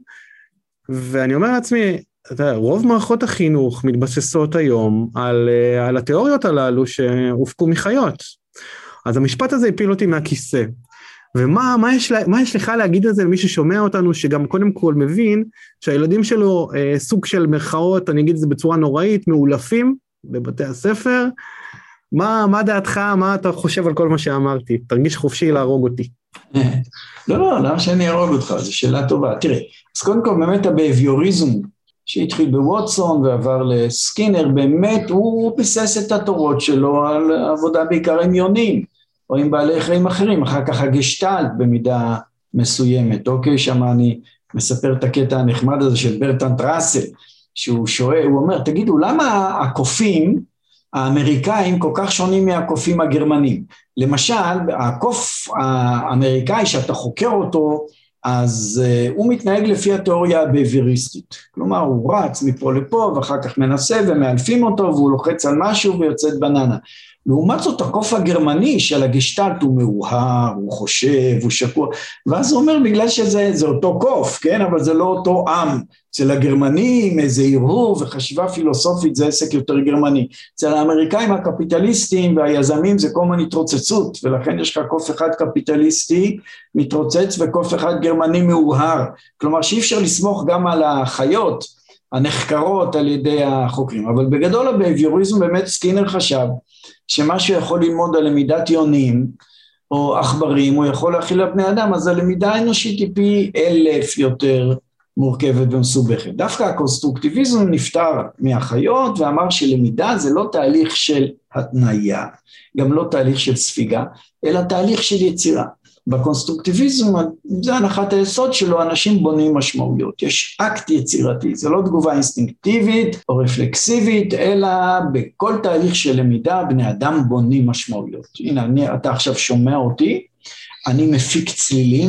ואני אומר לעצמי, רוב מערכות החינוך מתבססות היום על התיאוריות הללו שהופקו מחיות, אז המשפט הזה הפיל אותי מהכיסא, ומה יש לך להגיד על זה למי ששומע אותנו, שגם קודם כל מבין שהילדים שלו סוג של מרכאות, אני אגיד את זה בצורה נוראית, מאולפים בבתי הספר, מה דעתך, מה אתה חושב על כל מה שאמרתי? תרגיש חופשי להרוג אותי. לא, למה שאני ארוג אותך? זו שאלה טובה. תראה, אז קודם כל באמת הבייביוריזם, שהתחיל בווטסון ועבר לסקינר, באמת הוא ביסס את התורות שלו על עבודה בעיקר עם יונים, או עם בעלי חיים אחרים, אחר כך הגשטלט במידה מסוימת, אוקיי, שם אני מספר את הקטע הנחמד הזה של ברטרנד ראסל, שהוא שואל, הוא אומר, תגידו, למה הקופים האמריקאים כל כך שונים מהקופים הגרמנים? למשל, הקוף האמריקאי שאתה חוקר אותו, אז הוא מתנהג לפי התיאוריה הבייביוריסטית, כלומר הוא רץ מפה לפה ואחר כך מנסה ומאלפים אותו והוא לוחץ על משהו ויוצאת בננה. לעומת זאת הקוף הגרמני של הגשטלט הוא מאוהר, הוא חושב, הוא שקוע, ואז הוא אומר בגלל שזה אותו קוף, כן? אבל זה לא אותו עם, אצל הגרמנים איזה ערעור וחשיבה פילוסופית זה עסק יותר גרמני, אצל האמריקאים הקפיטליסטים והיזמים זה כל הזמן התרוצצות, ולכן יש לך קוף אחד קפיטליסטי מתרוצץ וקוף אחד גרמני מאוהר, כלומר שאי אפשר לסמוך גם על החיות הנחקרות על ידי החוקרים, אבל בגדול הבייביוריזם באמת סקינר חשב, שמה שיכול ללמוד על למידת יונים או עכברים, הוא יכול להכיל לבני אדם, אז הלמידה האנושית היא פי 1000 יותר מורכבת ומסובכת. דווקא הקונסטרוקטיביזם נפטר מהחיות ואמר שלמידה זה לא תהליך של התניה, גם לא תהליך של ספיגה, אלא תהליך של יצירה. בקונסטרוקטיביזם, זה הנחת היסוד שלו, אנשים בונים משמעויות, יש אקט יצירתי, זה לא תגובה אינסטינקטיבית או רפלקסיבית, אלא בכל תהליך של למידה, בני אדם בונים משמעויות. הנה, אתה עכשיו שומע אותי, אני מפיק צלילים,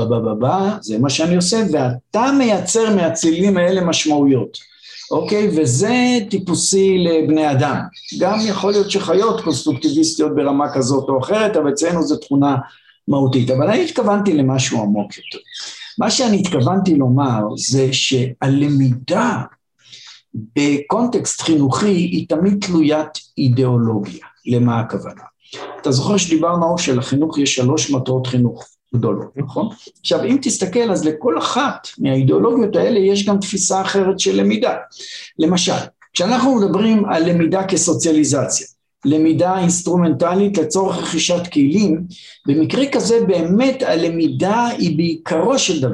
זה מה שאני עושה, ואתה מייצר מהצלילים האלה משמעויות, אוקיי? וזה טיפוסי לבני אדם, גם יכול להיות שחיות קונסטרוקטיביסטיות ברמה כזאת או אחרת, אבל אצלנו זו תכונה מהותית, אבל אני התכוונתי למשהו עמוק יותר. מה שאני התכוונתי לומר זה שהלמידה בקונטקסט חינוכי היא תמיד תלוית אידיאולוגיה. למה הכוונה? אתה זוכר שדיברנו שלחינוך יש 3 מטרות חינוך גדולות, נכון? עכשיו אם תסתכל אז לכל אחת מהאידיאולוגיות האלה יש גם תפיסה אחרת של למידה. למשל, כשאנחנו מדברים על למידה כסוציאליזציה, למידה אינסטרומנטלית לצורך רכישת כלים, במקרה כזה באמת הלמידה היא בעיקרו של דבר,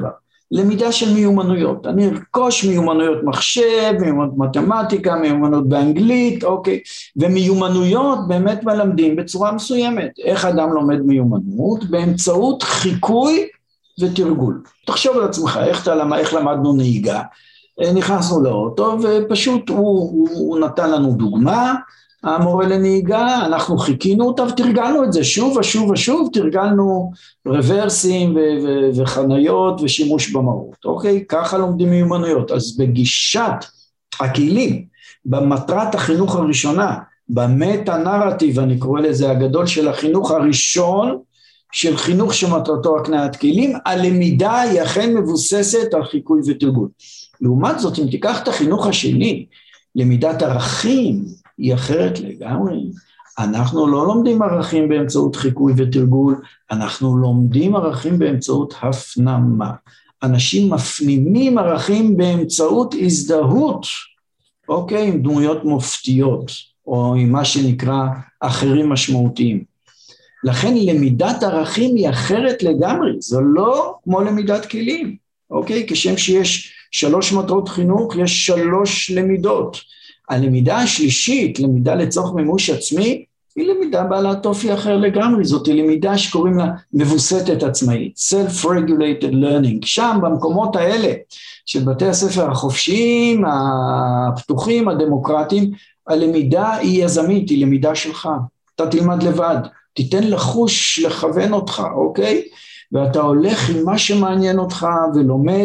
למידה של מיומנויות, אני ארכוש מיומנויות מחשב, מיומנויות מתמטיקה, מיומנויות באנגלית, אוקיי, ומיומנויות באמת מלמדים בצורה מסוימת, איך אדם לומד מיומנות, באמצעות חיקוי ותרגול. תחשוב על עצמך, איך למדנו נהיגה, נכנסנו לאוטו ופשוט הוא נתן לנו דוגמה, המורה לנהיגה, אנחנו חיכינו אותה ותרגלנו את זה שוב ושוב, תרגלנו רוורסים וחניות ושימוש במהות, אוקיי? ככה לומדים מיומנויות. אז בגישת הכלים, במטרת החינוך הראשונה, במטה-נרטיב, אני קורא לזה הגדול של החינוך הראשון, של חינוך שמטרתו הקניית כלים, הלמידה היא אכן מבוססת על חיקוי ותרגול. לעומת זאת, אם תיקח את החינוך השני, למידת ערכים, היא אחרת לגמרי. אנחנו לא לומדים ערכים באמצעות חיקוי ותרגול, אנחנו לומדים ערכים באמצעות הפנמה. אנשים מפנימים ערכים באמצעות הזדהות, אוקיי, עם דמויות מופתיות, או עם מה שנקרא אחרים משמעותיים. לכן למידת ערכים היא אחרת לגמרי, זו לא כמו למידת כלים, אוקיי? כשם שיש 3 מטרות חינוך, יש 3 למידות. הלמידה השלישית, למידה לצורך מימוש עצמי, היא למידה בעלת אופי אחר לגמרי, זאת היא למידה שקוראים לה מבוסתת עצמאית, self-regulated learning, שם במקומות האלה של בתי הספר החופשיים, הפתוחים, הדמוקרטיים, הלמידה היא יזמית, היא למידה שלך, אתה תלמד לבד, תיתן לחוש לכוון אותך, אוקיי? ואתה הולך עם מה שמעניין אותך ולומד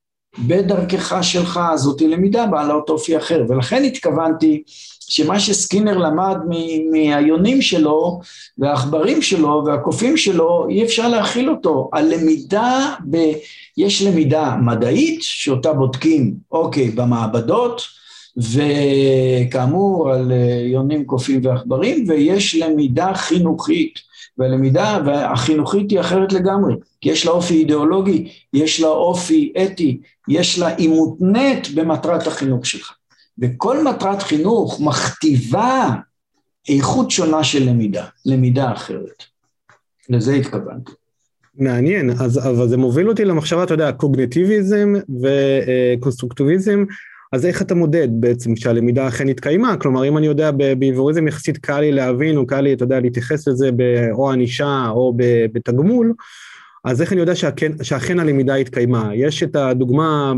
בדרכך שלך, זאת היא למידה בעלת אופי אחר, ולכן התכוונתי שמה שסקינר למד מהיונים שלו, והעכברים שלו, והקופים שלו, אי אפשר להכיל אותו. הלמידה, יש למידה מדעית, שאותה בודקים, אוקיי, במעבדות, וכאמור על יונים, קופים ועכברים, ויש למידה חינוכית, והלמידה החינוכית היא אחרת לגמרי, כי יש לה אופי אידיאולוגי, יש לה אופי אתי, יש לה מותנית במטרת החינוך שלך. וכל מטרת חינוך מכתיבה איכות שונה של למידה, למידה אחרת. לזה התכוונתי. מעניין, אבל זה מוביל אותי למחשבה, אתה יודע, קוגניטיביזם וקונסטרוקטיביזם, אז איך אתה מודד בעצם שהלמידה אכן התקיימה? כלומר, אם אני יודע, בעבוריזם יחסית קל לי להבין, או קל לי, אתה יודע, להתייחס לזה או ענישה או בתגמול, אז איך אני יודע שאכן הלמידה התקיימה? יש את הדוגמה,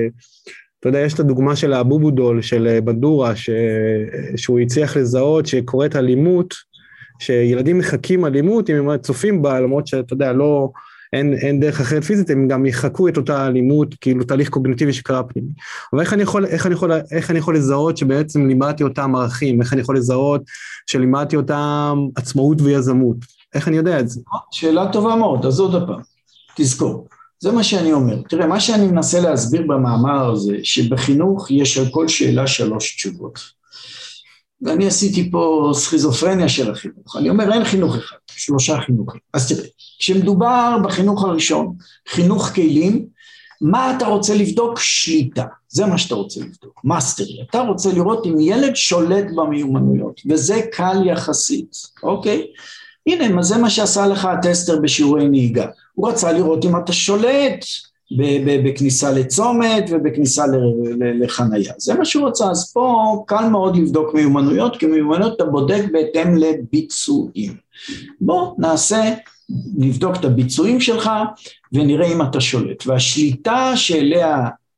אתה יודע, יש את הדוגמה של הבובודול, של בנדורה, שהוא הצליח לזהות שקורית אלימות, שילדים מחכים אלימות, אם הם צופים בה, למרות שאתה יודע, לא... אין דרך אחרת פיזית, הם גם יחקו את אותה אלימות, כאילו תהליך קוגניטיבי שקרה פנימי. אבל איך אני יכול לזהות שבעצם לימדתי אותם ערכים, איך אני יכול לזהות שלימדתי אותם עצמאות ויזמות, איך אני יודע את זה? שאלה טובה מאוד, אז עוד הפעם, תזכור, זה מה שאני אומר, תראה, מה שאני מנסה להסביר במאמר הזה, שבחינוך יש על כל שאלה 3 תשובות, ואני עשיתי פה סכיזופרניה של החינוך, אני אומר אין חינוך אחד, 3 חינוכים, אז תראה, כשמדובר בחינוך הראשון, חינוך כלים, מה אתה רוצה לבדוק? שליטה, זה מה שאתה רוצה לבדוק, מאסטרי, אתה רוצה לראות אם ילד שולט במיומנויות, וזה קל יחסית, אוקיי? הנה, זה מה שעשה לך הטסטר בשיעורי נהיגה, הוא רצה לראות אם אתה שולט, בכניסה לצומת ובכניסה לחנייה. זה מה שהוא רוצה, אז פה קל מאוד לבדוק מיומנויות, כי מיומנויות אתה בודק בהתאם לביצועים. בוא נבדוק את הביצועים שלך ונראה אם אתה שולט. והשליטה שאליה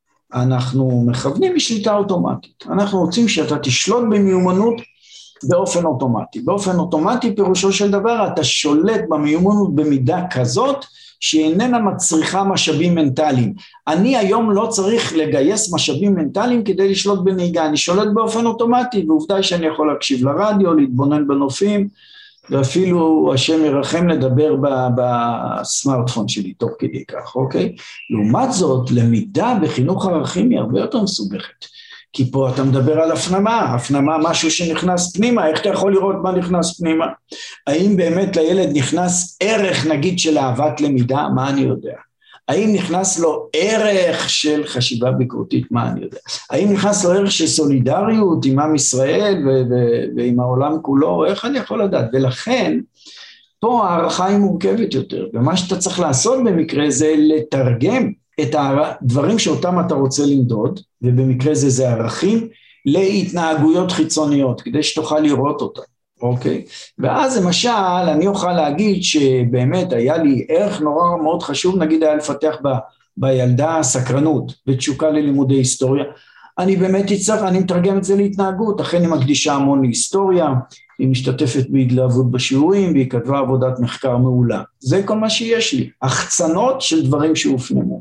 אנחנו מכוונים היא שליטה אוטומטית. אנחנו רוצים שאתה תשלוט במיומנות באופן אוטומטי. באופן אוטומטי פירושו של דבר אתה שולט במיומנות במידה כזאת, שאיננה מצריכה משאבים מנטליים. אני היום לא צריך לגייס משאבים מנטליים כדי לשלוט בנהיגה, אני שולט באופן אוטומטי, ועובדה שאני יכול להקשיב לרדיו, להתבונן בנופים, ואפילו השם ירחם לדבר בסמארטפון שלי, תוך כדי כך, אוקיי? לעומת זאת, למידה בחינוך ערכים היא הרבה יותר מסובכת, כי פה אתה מדבר על הפנמה משהו שנכנס פנימה, איך אתה יכול לראות מה נכנס פנימה? האם באמת לילד נכנס ערך נגיד של אהבת למידה? מה אני יודע? האם נכנס לו ערך של חשיבה ביקורתית? מה אני יודע? האם נכנס לו ערך של סולידריות עם עם ישראל ועם העולם כולו? איך אני יכול לדעת? ולכן פה הערכה היא מורכבת יותר, ומה שאתה צריך לעשות במקרה זה לתרגם את הדברים שאותם אתה רוצה למדוד, ובמקרה זה ערכים, להתנהגויות חיצוניות, כדי שתוכל לראות אותם, אוקיי? ואז למשל, אני אוכל להגיד שבאמת היה לי ערך נורא מאוד חשוב, נגיד היה לפתח בילדה סקרנות, ותשוקה ללימודי היסטוריה, אני באמת אני מתרגם את זה להתנהגות, אכן היא מקדישה המון להיסטוריה, היא משתתפת בהתלהבות בשיעורים, והיא כתבה עבודת מחקר מעולה. זה כל מה שיש לי, החצנות של דברים שהופנמו.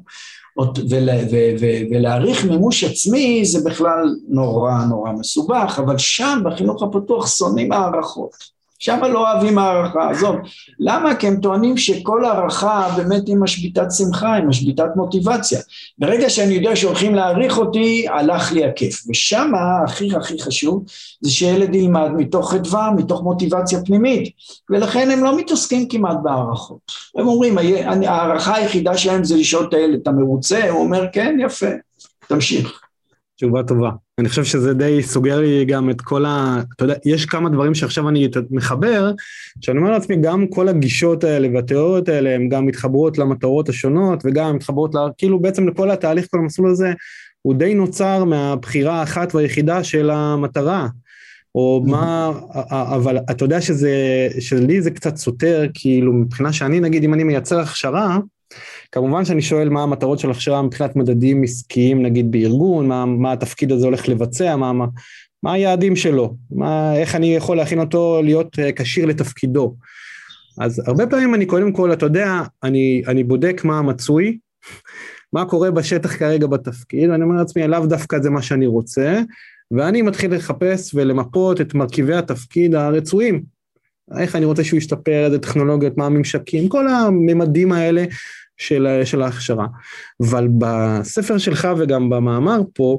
ולהעריך מימוש עצמי זה בכלל נורא נורא מסובך, אבל שם בחינוך הפתוח שונאים הערכות. שם לא אוהבים הערכה, עזוב. למה? כי הם טוענים שכל הערכה באמת היא משביתת שמחה, היא משביתת מוטיבציה. ברגע שאני יודע שהולכים להעריך אותי, הלך לי הכיף. ושם הכי חשוב זה שילד ילמד מתוך חדווה, מתוך מוטיבציה פנימית. ולכן הם לא מתעסקים כמעט בהערכות. הם אומרים, הערכה היחידה שלהם זה לשאול את הילד, אתה מרוצה? הוא אומר, כן, יפה, תמשיך. תשובה טובה. אני חושב שזה די סוגר לי גם את כל אתה יודע, יש כמה דברים שעכשיו אני מחבר, שאני אומר לעצמי, גם כל הגישות האלה והתיאוריות האלה, הן גם מתחברות למטרות השונות, וגם מתחברות כאילו בעצם לכל התהליך, כל המסלול הזה, הוא די נוצר מהבחירה האחת והיחידה של המטרה, או מה, אבל אתה יודע שלי זה קצת סותר, כאילו מבחינה שאני נגיד, אם אני מייצר הכשרה, כמובן שאני שואל מה המטרות של הכשרה מבחינת מדדים עסקיים, נגיד בארגון, מה התפקיד הזה הולך לבצע, מה היעדים שלו, איך אני יכול להכין אותו להיות כשיר לתפקידו. אז הרבה פעמים אני קודם כל, אתה יודע, אני בודק מה המצוי, מה קורה בשטח כרגע בתפקיד, ואני אומר לעצמי, לאו דווקא זה מה שאני רוצה, ואני מתחיל לחפש ולמפות את מרכיבי התפקיד הרצויים, איך אני רוצה שהוא ישתפר, איזה טכנולוגיות, מה הממשקים, כל הממדים האלה של ההכשרה. אבל בספר שלך וגם במאמר פה,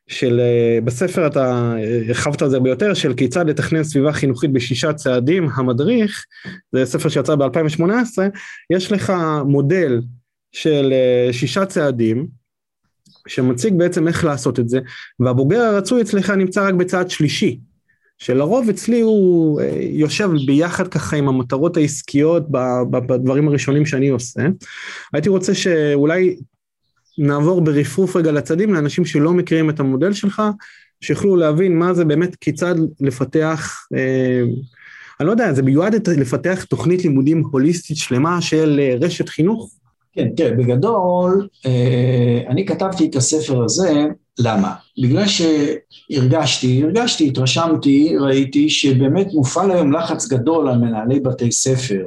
בספר אתה הרחבת על זה ביותר, של כיצד לתכנן סביבה חינוכית ב6 צעדים, המדריך, זה ספר שיצא ב-2018, יש לך מודל של 6 צעדים, שמציג בעצם איך לעשות את זה, והבוגר הרצוי אצלך נמצא רק בצעד שלישי, שלרוב אצלי הוא יושב ביחד ככה עם המטרות העסקיות בדברים הראשונים שאני עושה. הייתי רוצה שאולי נעבור ברפרוף רגע לצדים לאנשים שלא מכירים את המודל שלך, שיוכלו להבין מה זה באמת כיצד לפתח, אני לא יודע, זה מיועד לפתח תוכנית לימודים הוליסטית שלמה של רשת חינוך? כן, תראה, בגדול, אני כתבתי את הספר הזה, למה? בגלל שהרגשתי, התרשמתי, ראיתי שבאמת מופעל היום לחץ גדול על מנהלי בתי ספר,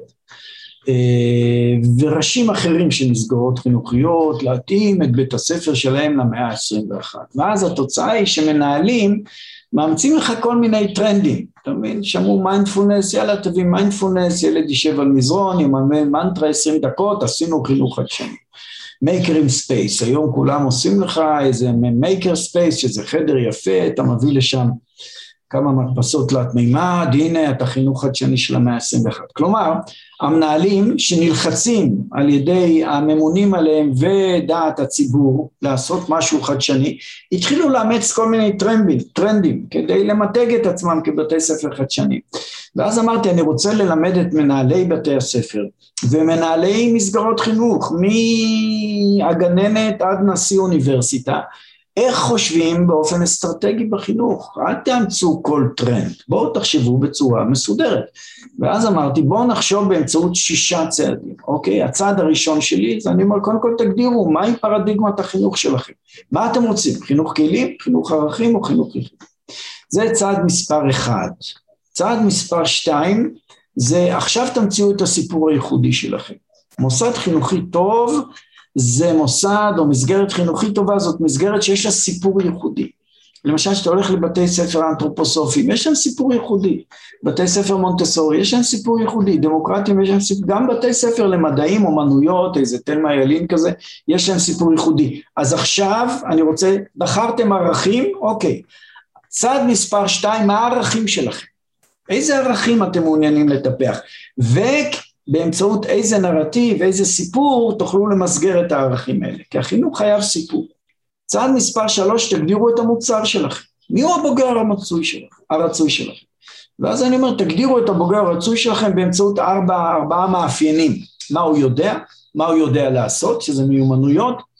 וראשים אחרים של מסגרות חינוכיות, להתאים את בית הספר שלהם למאה ה-21. ואז התוצאה היא שמנהלים מאמצים לך כל מיני טרנדים, אתה מבין? שמעו מיינדפולנס, יאללה תביא מיינדפולנס, ילד יישב על מזרון, יממן מנטרה 20 דקות, עשינו חינוך חדשני. מייקרים ספייס, היום כולם עושים לך איזה מייקר ספייס, שזה חדר יפה, אתה מביא לשם כמה מדפסות תלת מימד, הנה את החינוך חדשני של המאה ה-21. כלומר, המנהלים שנלחצים על ידי הממונים עליהם ודעת הציבור לעשות משהו חדשני, התחילו לאמץ כל מיני טרנדים כדי למתג את עצמם כבתי ספר חדשני. ואז אמרתי, אני רוצה ללמד את מנהלי בתי הספר ומנהלי מסגרות חינוך, מהגננת עד נשיא אוניברסיטה, איך חושבים באופן אסטרטגי בחינוך? אל תאמצו כל טרנד, בואו תחשבו בצורה מסודרת. ואז אמרתי, בואו נחשוב באמצעות 6 צעדים, אוקיי? הצעד הראשון שלי, זה אני אומר, קודם כל תגדירו, מהי פרדיגמת החינוך שלכם? מה אתם רוצים? חינוך כלים, חינוך ערכים או חינוך יחיד? זה צעד מספר 1. צעד מספר 2, זה עכשיו תמציאו את הסיפור הייחודי שלכם. מוסד חינוכי טוב, זה מוסד או מסגרת חינוכית טובה, זאת מסגרת שיש לה סיפור ייחודי. למשל, שאתה הולך לבתי ספר אנתרופוסופיים, יש להם סיפור ייחודי. בתי ספר מונטסורי, יש להם סיפור ייחודי. דמוקרטיים, יש להם סיפור, גם בתי ספר למדעים, אומנויות, איזה תלמה ילין כזה, יש להם סיפור ייחודי. אז עכשיו, אני רוצה, בחרתם ערכים, אוקיי. צעד מספר 2, מה הערכים שלכם? איזה ערכים אתם מעוניינים לטפח? באמצעות איזה נרטיב, איזה סיפור, תוכלו למסגר את הערכים האלה, כי החינוך חייב סיפור. צעד מספר 3, תגדירו את המוצר שלכם. מי הוא הבוגר הרצוי שלכם? ואז אני אומר, תגדירו את הבוגר הרצוי שלכם באמצעות 4 מאפיינים. מה הוא יודע לעשות, שזה מיומנויות,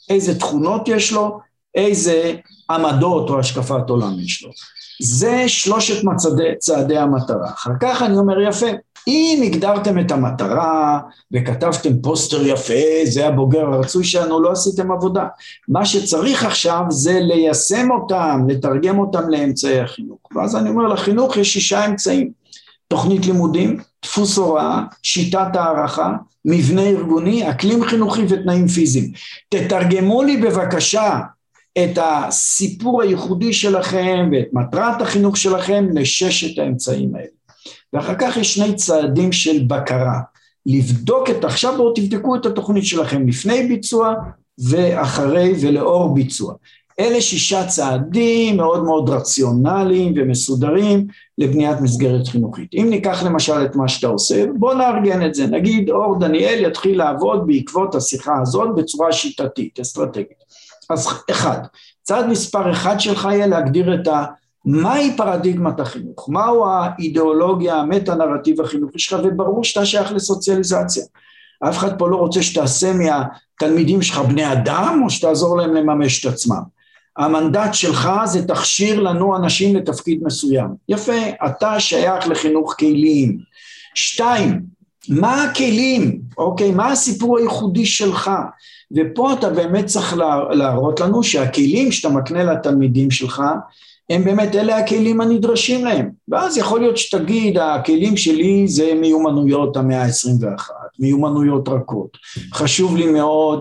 איזה תכונות יש לו, איזה עמדות או השקפת עולם יש לו. זה 3 צעדי המטרה. אחר כך אני אומר יפה, אם הגדרתם את המטרה וכתבתם פוסטר יפה, זה הבוגר הרצוי שלנו, לא עשיתם עבודה. מה שצריך עכשיו זה ליישם אותם, לתרגם אותם לאמצעי החינוך. ואז אני אומר, לחינוך יש 6 אמצעים. תוכנית לימודים, דפוס הוראה, שיטת הערכה, מבנה ארגוני, אקלים חינוכי ותנאים פיזיים. תתרגמו לי בבקשה את הסיפור הייחודי שלכם ואת מטרת החינוך שלכם ל6 האמצעים האלה. ואחר כך יש 2 צעדים של בקרה. לבדוק עכשיו בואו תבדקו את התוכנית שלכם לפני ביצוע ואחרי ולאור ביצוע. אלה 6 צעדים מאוד מאוד רציונליים ומסודרים לבניית מסגרת חינוכית. אם ניקח למשל את מה שאתה עושה, בוא נארגן את זה. נגיד אור דניאל יתחיל לעבוד בעקבות השיחה הזאת בצורה שיטתית, אסטרטגית. אז 1, צעד מספר 1 שלך יהיה להגדיר את מהי פרדיגמת החינוך, מהו האידיאולוגיה, המטה-נרטיב החינוכי שלך, וברור שאתה שייך לסוציאליזציה. אף אחד פה לא רוצה שתעשה מהתלמידים שלך בני אדם, או שתעזור להם לממש את עצמם. המנדט שלך זה תכשיר לנו אנשים לתפקיד מסוים. יפה, אתה שייך לחינוך כלים. 2, מה הכלים? אוקיי, מה הסיפור הייחודי שלך? ופה אתה באמת צריך להראות לנו שהכלים שאתה מקנה לתלמידים שלך, הם באמת אלה הכלים הנדרשים להם. ואז יכול להיות שתגיד, הכלים שלי זה מיומנויות המאה ה-21, מיומנויות רכות. חשוב לי מאוד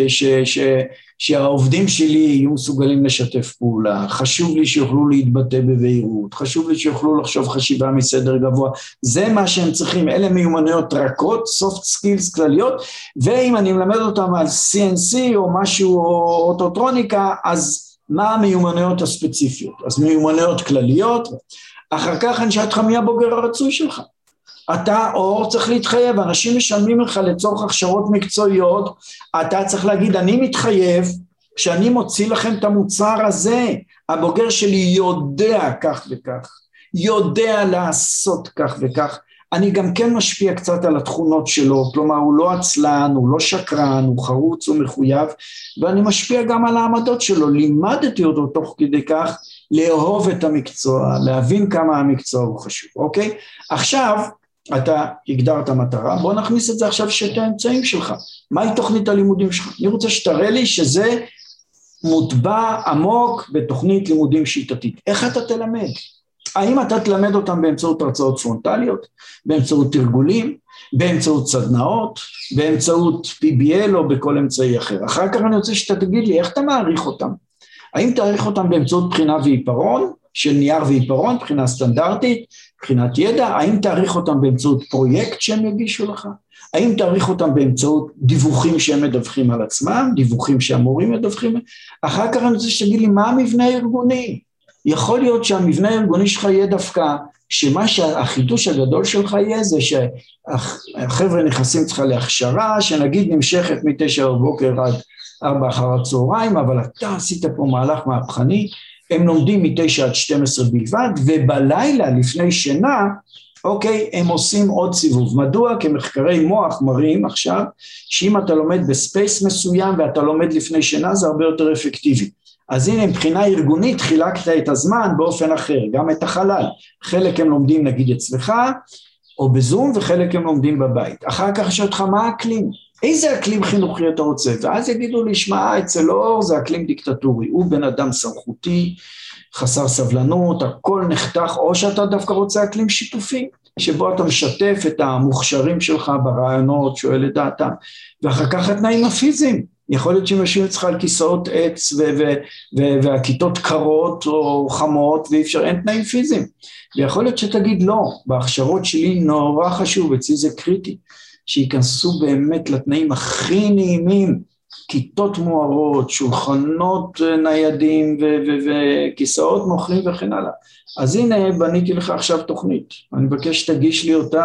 שהעובדים שלי יהיו מסוגלים לשתף פעולה, חשוב לי שיוכלו להתבטא בבהירות, חשוב לי שיוכלו לחשוב חשיבה מסדר גבוה, זה מה שהם צריכים, אלה מיומנויות רכות, soft skills כלליות, ואם אני מלמד אותם על CNC או משהו או אוטוטרוניקה, אז מה המיומנויות הספציפיות? אז מיומנויות כלליות, אחר כך אני שאלת לך מי הבוגר הרצוי שלך. אתה אור צריך להתחייב, אנשים משלמים לך לצורך הכשרות מקצועיות, אתה צריך להגיד אני מתחייב, שאני מוציא לכם את המוצר הזה, הבוגר שלי יודע כך וכך, יודע לעשות כך וכך, אני גם כן משפיע קצת על התכונות שלו, כלומר הוא לא עצלן, הוא לא שקרן, הוא חרוץ, הוא מחויב, ואני משפיע גם על העמדות שלו, לימדתי אותו תוך כדי כך, לאהוב את המקצוע, להבין כמה המקצוע הוא חשוב, אוקיי? עכשיו, אתה הגדרת מטרה, בוא נכניס את זה עכשיו שאת האמצעים שלך, מהי תוכנית הלימודים שלך? אני רוצה שתראה לי שזה מוטבע עמוק בתוכנית לימודים שיטתית, איך אתה תלמד? האם אתה תלמד אותם באמצעות הרצאות פרונטליות, באמצעות תרגולים, באמצעות סדנאות, באמצעות PBL או בכל אמצעי אחר. אחר כך אני רוצה שאתה תגיד לי, איך אתה מעריך אותם? האם תעריך אותם באמצעות בחינה ועיפרון, של נייר ועיפרון, בחינה סטנדרטית, בחינת ידע? האם תעריך אותם באמצעות פרויקט שהם יגישו לך? האם תעריך אותם באמצעות דיווחים שהם מדווחים על עצמם, דיווחים שהמורים מדווחים? אחר כך אני רוצה שתגיד לי, מה המבנה הארגוני? יכול להיות שהמבנה הארגוני שלך יהיה דווקא, שמה שהחידוש הגדול שלך יהיה זה שהחבר'ה נכנסים צריכה להכשרה, שנגיד נמשכת מ-9 בבוקר עד 4 אחר הצהריים, אבל אתה עשית פה מהלך מהפכני, הם לומדים מ-9 עד 12 בלבד, ובלילה לפני שינה, אוקיי, הם עושים עוד סיבוב. מדוע? כי מחקרי מוח מראים עכשיו, שאם אתה לומד בספייס מסוים, ואתה לומד לפני שינה, זה הרבה יותר אפקטיבי. אז הנה, מבחינה ארגונית, חילקת את הזמן באופן אחר, גם את החלל. חלק הם לומדים נגיד אצלך, או בזום, וחלק הם לומדים בבית. אחר כך יש אותך, מה האקלים? איזה אקלים חינוכי אתה רוצה? ואז יגידו לי, שמע, אצל אור זה אקלים דיקטטורי, הוא בן אדם סמכותי, חסר סבלנות, הכל נחתך, או שאתה דווקא רוצה אקלים שיתופי, שבו אתה משתף את המוכשרים שלך ברעיונות, שואל את דעתם, ואחר כך התנאים הפיזיים, יכול להיות שהם יושבים אצלך על כיסאות עץ והכיתות קרות או חמות ואי אפשר, אין תנאים פיזיים. ויכול להיות שתגיד לא, בהכשרות שלי נורא חשוב, אצלי זה קריטי, שיכנסו באמת לתנאים הכי נעימים, כיתות מוארות, שולחנות ניידים וכיסאות מוכרים וכן הלאה. אז הנה בניתי לך עכשיו תוכנית, אני מבקש שתגיש לי אותה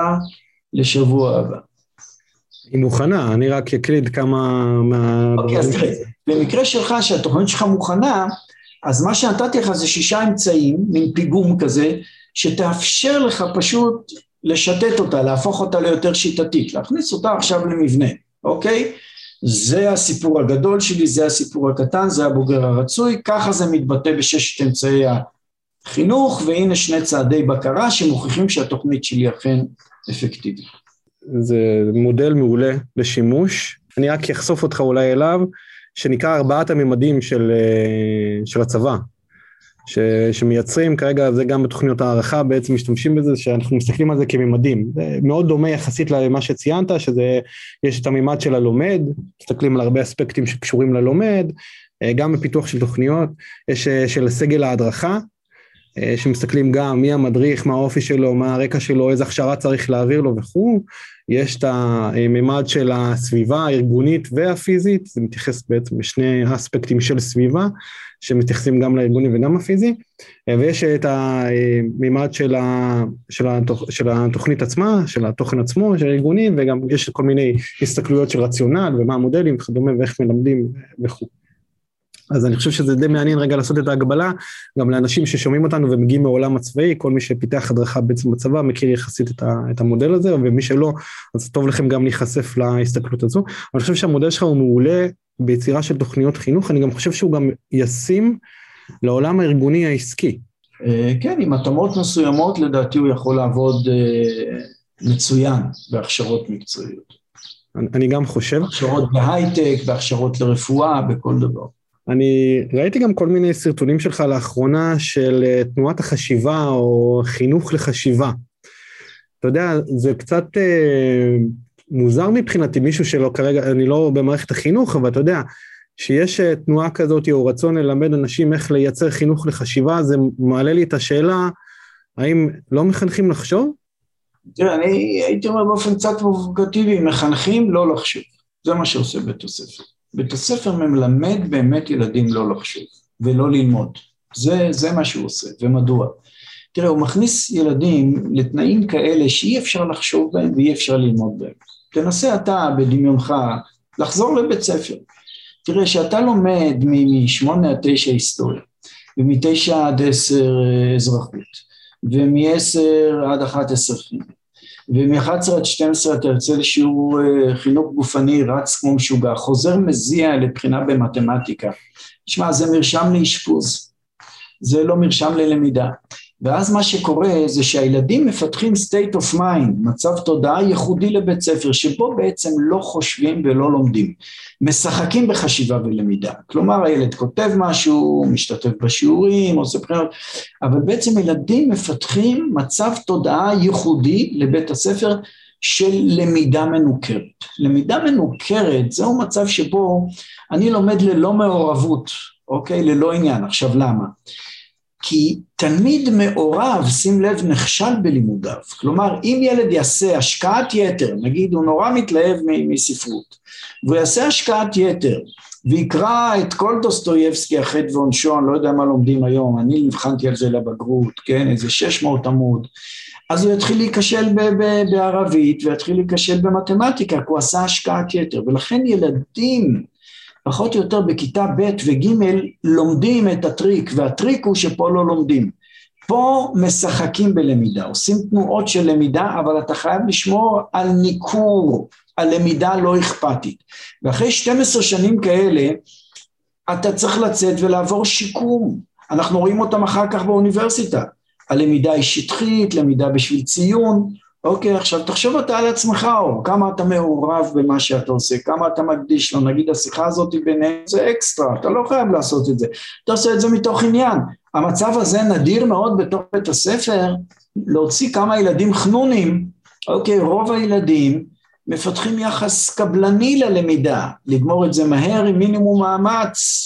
לשבוע הבא. היא מוכנה, אני רק אקליד כמה אוקיי, אז תראה, במקרה שלך שהתוכנית שלך מוכנה, אז מה שנתתי לך זה 6 אמצעים, מין פיגום כזה, שתאפשר לך פשוט לשתת אותה, להפוך אותה ליותר שיטתית, להכניס אותה עכשיו למבנה, אוקיי? זה הסיפור הגדול שלי, זה הסיפור הקטן, זה הבוגר הרצוי, ככה זה מתבטא בששת אמצעי החינוך, והנה שני צעדי בקרה שמוכיחים שהתוכנית שלי אכן אפקטיבית. זה מודל מעולה לשימוש, אני רק אחשוף אותך אולי אליו, שנקרא 4 הממדים של הצבא, שמייצרים כרגע, זה גם בתוכניות הערכה, בעצם משתמשים בזה, שאנחנו מסתכלים על זה כממדים, זה מאוד דומה יחסית למה שציינת, יש את הממד של הלומד, מסתכלים על הרבה אספקטים שקשורים ללומד, גם בפיתוח של תוכניות, יש של סגל ההדרכה, שמסתכלים גם מי המדריך, מה האופי שלו, מה הרקע שלו, איזה הכשרה צריך להעביר לו וכו', יש את הממד של הסביבה הארגונית והפיזית, זה מתייחס בעצם לשני אספקטים של סביבה, שמתייחסים גם לארגוני וגם הפיזי, ויש את הממד של התוכנית עצמה, של התוכן עצמו, של הארגונים, וגם יש כל מיני הסתכלויות של רציונל, ומה המודלים, וכדומה, ואיך מלמדים וכו'. אז אני חושב שזה די מעניין רגע לעשות את ההגבלה, גם לאנשים ששומעים אותנו ומגיעים מעולם הצבאי, כל מי שפיתח הדרכה בעצם בצבא, מכיר יחסית את המודל הזה, ומי שלא, אז טוב לכם גם להיחשף להסתכלות הזו. אני חושב שהמודל שלך הוא מעולה ביצירה של תוכניות חינוך, אני גם חושב שהוא גם ישים לעולם הארגוני העסקי. כן, עם התאמות מסוימות, לדעתי הוא יכול לעבוד מצוין בהכשרות מקצועיות. אני גם חושב. בהכשרות בהייטק, בהכשרות לרפואה, בכל דבר. אני ראיתי גם כל מיני סרטונים שלך לאחרונה של תנועת החשיבה או חינוך לחשיבה. אתה יודע, זה קצת מוזר מבחינתי, מישהו שלא כרגע, אני לא במערכת החינוך, אבל אתה יודע, שיש תנועה כזאת או רצון ללמד אנשים איך לייצר חינוך לחשיבה, זה מעלה לי את השאלה, האם לא מחנכים לחשוב? תראה, אני הייתי אומר באופן קצת פרובוקטיבי, מחנכים לא לחשוב, זה מה שעושה בית הספר. בית הספר מלמד באמת ילדים לא לחשוב ולא ללמוד, זה מה שהוא עושה, ומדוע? תראה, הוא מכניס ילדים לתנאים כאלה שאי אפשר לחשוב בהם ואי אפשר ללמוד בהם. תנסה אתה בדמיונך לחזור לבית ספר. תראה, שאתה לומד מ-8 עד 9 היסטוריה, ומ-9 עד 10 אזרחות, ומ-10 עד 11 חינוך, ומ-11 עד 12 אתה יוצא לשיעור חינוך גופני, רץ כמו משוגע, חוזר מזיע לבחינה במתמטיקה. תשמע, זה מרשם לאשפוז, זה לא מרשם ללמידה. ואז מה שקורה זה שהילדים מפתחים state of mind, מצב תודעה ייחודי לבית ספר, שבו בעצם לא חושבים ולא לומדים, משחקים בחשיבה ולמידה. כלומר, הילד כותב משהו, משתתף בשיעורים, עושה בחינות, אבל בעצם ילדים מפתחים מצב תודעה ייחודי לבית הספר של למידה מנוכרת. למידה מנוכרת זהו מצב שבו אני לומד ללא מעורבות, אוקיי? ללא עניין. עכשיו למה? כי תלמיד מעורב, שים לב, נכשל בלימודיו. כלומר, אם ילד יעשה השקעת יתר, נגיד הוא נורא מתלהב מספרות, והוא יעשה השקעת יתר, ויקרא את כל דוסטויבסקי, החטא ועונשו, אני לא יודע מה לומדים היום, אני נבחנתי על זה לבגרות, כן, איזה 600 עמוד, אז הוא יתחיל להיכשל בערבית, ויתחיל להיכשל במתמטיקה, כי הוא עשה השקעת יתר, ולכן ילדים, פחות או יותר בכיתה ב' וג' לומדים את הטריק, והטריק הוא שפה לא לומדים. פה משחקים בלמידה, עושים תנועות של למידה, אבל אתה חייב לשמור על ניכור, על למידה לא אכפתית. ואחרי 12 שנים כאלה, אתה צריך לצאת ולעבור שיקום. אנחנו רואים אותם אחר כך באוניברסיטה. הלמידה היא שטחית, למידה בשביל ציון, אוקיי, עכשיו תחשוב אתה על עצמך, או כמה אתה מעורב במה שאתה עושה, כמה אתה מקדיש לו, נגיד השיחה הזאת ביניהם זה אקסטרה, אתה לא חייב לעשות את זה, אתה עושה את זה מתוך עניין. המצב הזה נדיר מאוד בתוך בית הספר, להוציא כמה ילדים חנונים, אוקיי, רוב הילדים מפתחים יחס קבלני ללמידה, לגמור את זה מהר עם מינימום מאמץ,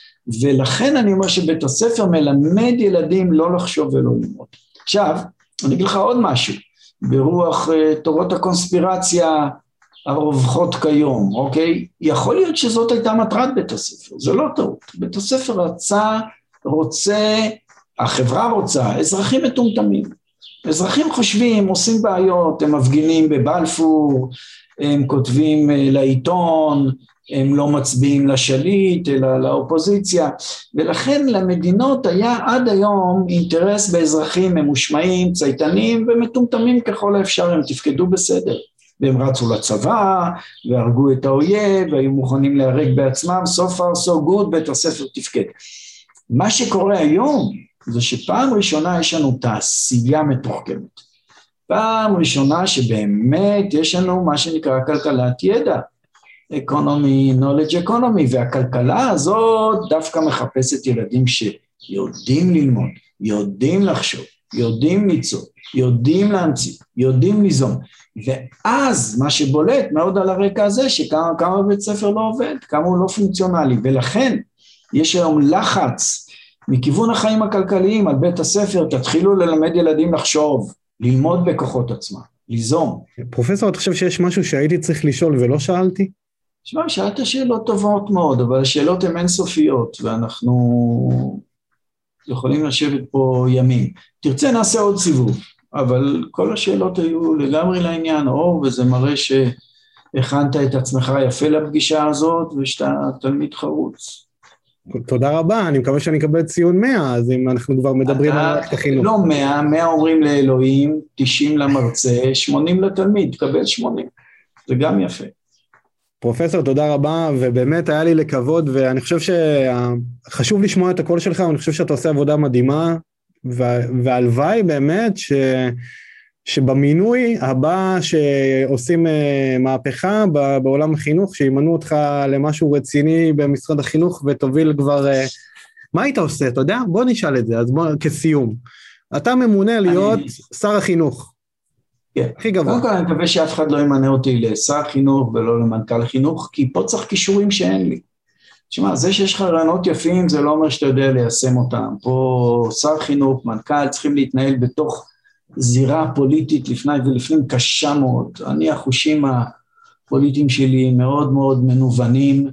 ולכן אני אומר שבית הספר מלמד ילדים לא לחשוב ולא ללמוד. עכשיו, אני אגיד לך עוד משהו, ברוח תורות הקונספירציה הרווחות כיום, אוקיי? יכול להיות שזאת הייתה מטרת בית הספר, זה לא טעות. בית הספר רוצה, החברה רוצה, אזרחים מטומטמים. אזרחים חושבים, עושים בעיות, הם מפגינים בבלפור, הם כותבים לעיתון, הם לא מצביעים לשליט, אלא לאופוזיציה, ולכן למדינות היה עד היום אינטרס באזרחים ממושמעים, צייתנים ומטומטמים ככל האפשר, הם תפקדו בסדר. והם רצו לצבא, והרגו את האויב, והיו מוכנים להרג בעצמם, so far so good, בית הספר תפקד. מה שקורה היום, זה שפעם ראשונה יש לנו תעשייה מתוחכמת. פעם ראשונה שבאמת יש לנו מה שנקרא כלכלת ידע. economy, knowledge economy, והכלכלה הזאת דווקא מחפשת ילדים שיודעים ללמוד, יודעים לחשוב, יודעים ליצור, יודעים להמציא, יודעים ליזום, ואז מה שבולט מאוד על הרקע הזה, שכמה בית ספר לא עובד, כמה הוא לא פונקציונלי, ולכן יש היום לחץ מכיוון החיים הכלכליים על בית הספר, תתחילו ללמד ילדים לחשוב, ללמוד בכוחות עצמם, ליזום. פרופסור, אתה חושב שיש משהו שהייתי צריך לשאול ולא שאלתי? תשמע, שאלת שאלות טובות מאוד, אבל השאלות הן אינסופיות, ואנחנו יכולים לשבת פה ימים. תרצה נעשה עוד סיבוב, אבל כל השאלות היו לגמרי לעניין, וזה מראה שהכנת את עצמך יפה לפגישה הזאת, ושאתה תלמיד חרוץ. תודה רבה, אני מקווה שאני אקבל ציון 100, אז אם אנחנו כבר מדברים על מערכת החינוך. לא 100, 100 אומרים לאלוהים, 90 למרצה, 80 לתלמיד, תקבל 80, זה גם יפה. פרופסור, תודה רבה, ובאמת היה לי לכבוד, ואני חושב שחשוב לשמוע את הקול שלך, ואני חושב שאתה עושה עבודה מדהימה, והלוואי באמת שבמינוי הבא שעושים מהפכה בעולם החינוך, שימנו אותך למשהו רציני במשרד החינוך, ותוביל כבר, מה היית עושה, אתה יודע? בוא נשאל את זה, אז בוא, כסיום. אתה ממונה להיות שר החינוך. כן. הכי גבוה. קודם כל אני מקווה שאף אחד לא ימנה אותי לשר חינוך ולא למנכ"ל חינוך, כי פה צריך כישורים שאין לי. תשמע, זה שיש לך רעיונות יפים, זה לא אומר שאתה יודע ליישם אותם. פה שר חינוך, מנכ"ל, צריכים להתנהל בתוך זירה פוליטית לפני ולפנים קשה מאוד. אני, החושים הפוליטיים שלי מאוד מאוד מנוונים,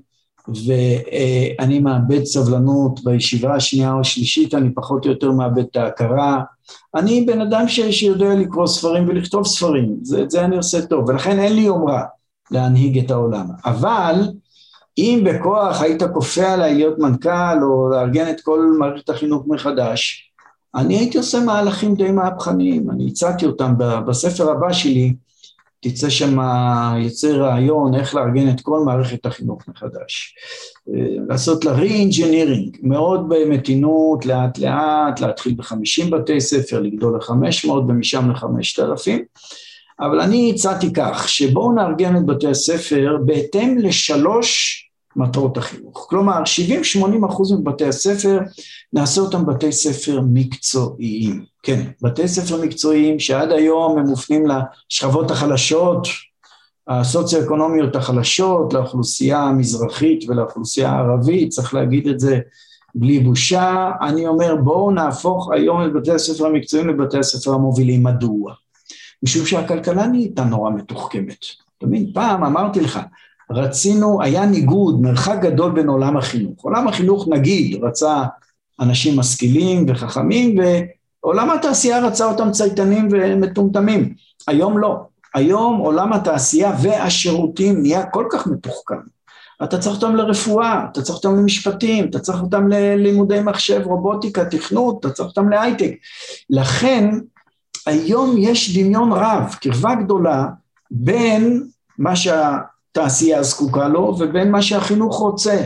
ואני מאבד סבלנות בישיבה השנייה או השלישית, אני פחות או יותר מאבד את ההכרה. אני בן אדם שיודע לקרוא ספרים ולכתוב ספרים, את זה אני עושה טוב, ולכן אין לי יומרה להנהיג את העולם. אבל אם בכוח היית כופה עליי להיות מנכ"ל, או לארגן את כל מערכת החינוך מחדש, אני הייתי עושה מהלכים די מהפכניים, אני הצעתי אותם בספר הבא שלי, תצא שם, יצא רעיון איך לארגן את כל מערכת החינוך מחדש. לעשות לה re-engineering, מאוד במתינות, לאט לאט, להתחיל ב50 בתי ספר, לגדול ל500 ומשם ל5,000, אבל אני הצעתי כך, שבואו נארגן את בתי הספר בהתאם לשלוש מטרות החינוך. כלומר, 70-80% מבתי הספר, נעשה אותם בתי ספר מקצועיים. כן, בתי ספר מקצועיים שעד היום הם מופנים לשכבות החלשות, הסוציו-אקונומיות החלשות, לאוכלוסייה המזרחית ולאוכלוסייה הערבית, צריך להגיד את זה בלי בושה. אני אומר, בואו נהפוך היום את בתי הספר המקצועיים לבתי הספר המובילים. מדוע? משום שהכלכלה נהייתה נורא מתוחכמת. תמיד פעם אמרתי לך, רצינו, היה ניגוד, מרחק גדול בין עולם החינוך. עולם החינוך נגיד רצה אנשים משכילים וחכמים, ועולם התעשייה רצה אותם צייתנים ומטומטמים. היום לא. היום עולם התעשייה והשירותים נהיה כל כך מתוחכם. אתה צריך אותם לרפואה, אתה צריך אותם למשפטים, אתה צריך אותם ללימודי מחשב, רובוטיקה, תכנות, אתה צריך אותם להייטק. לכן, היום יש דמיון רב, קרבה גדולה, בין מה שהתעשייה זקוקה לו, ובין מה שהחינוך רוצה.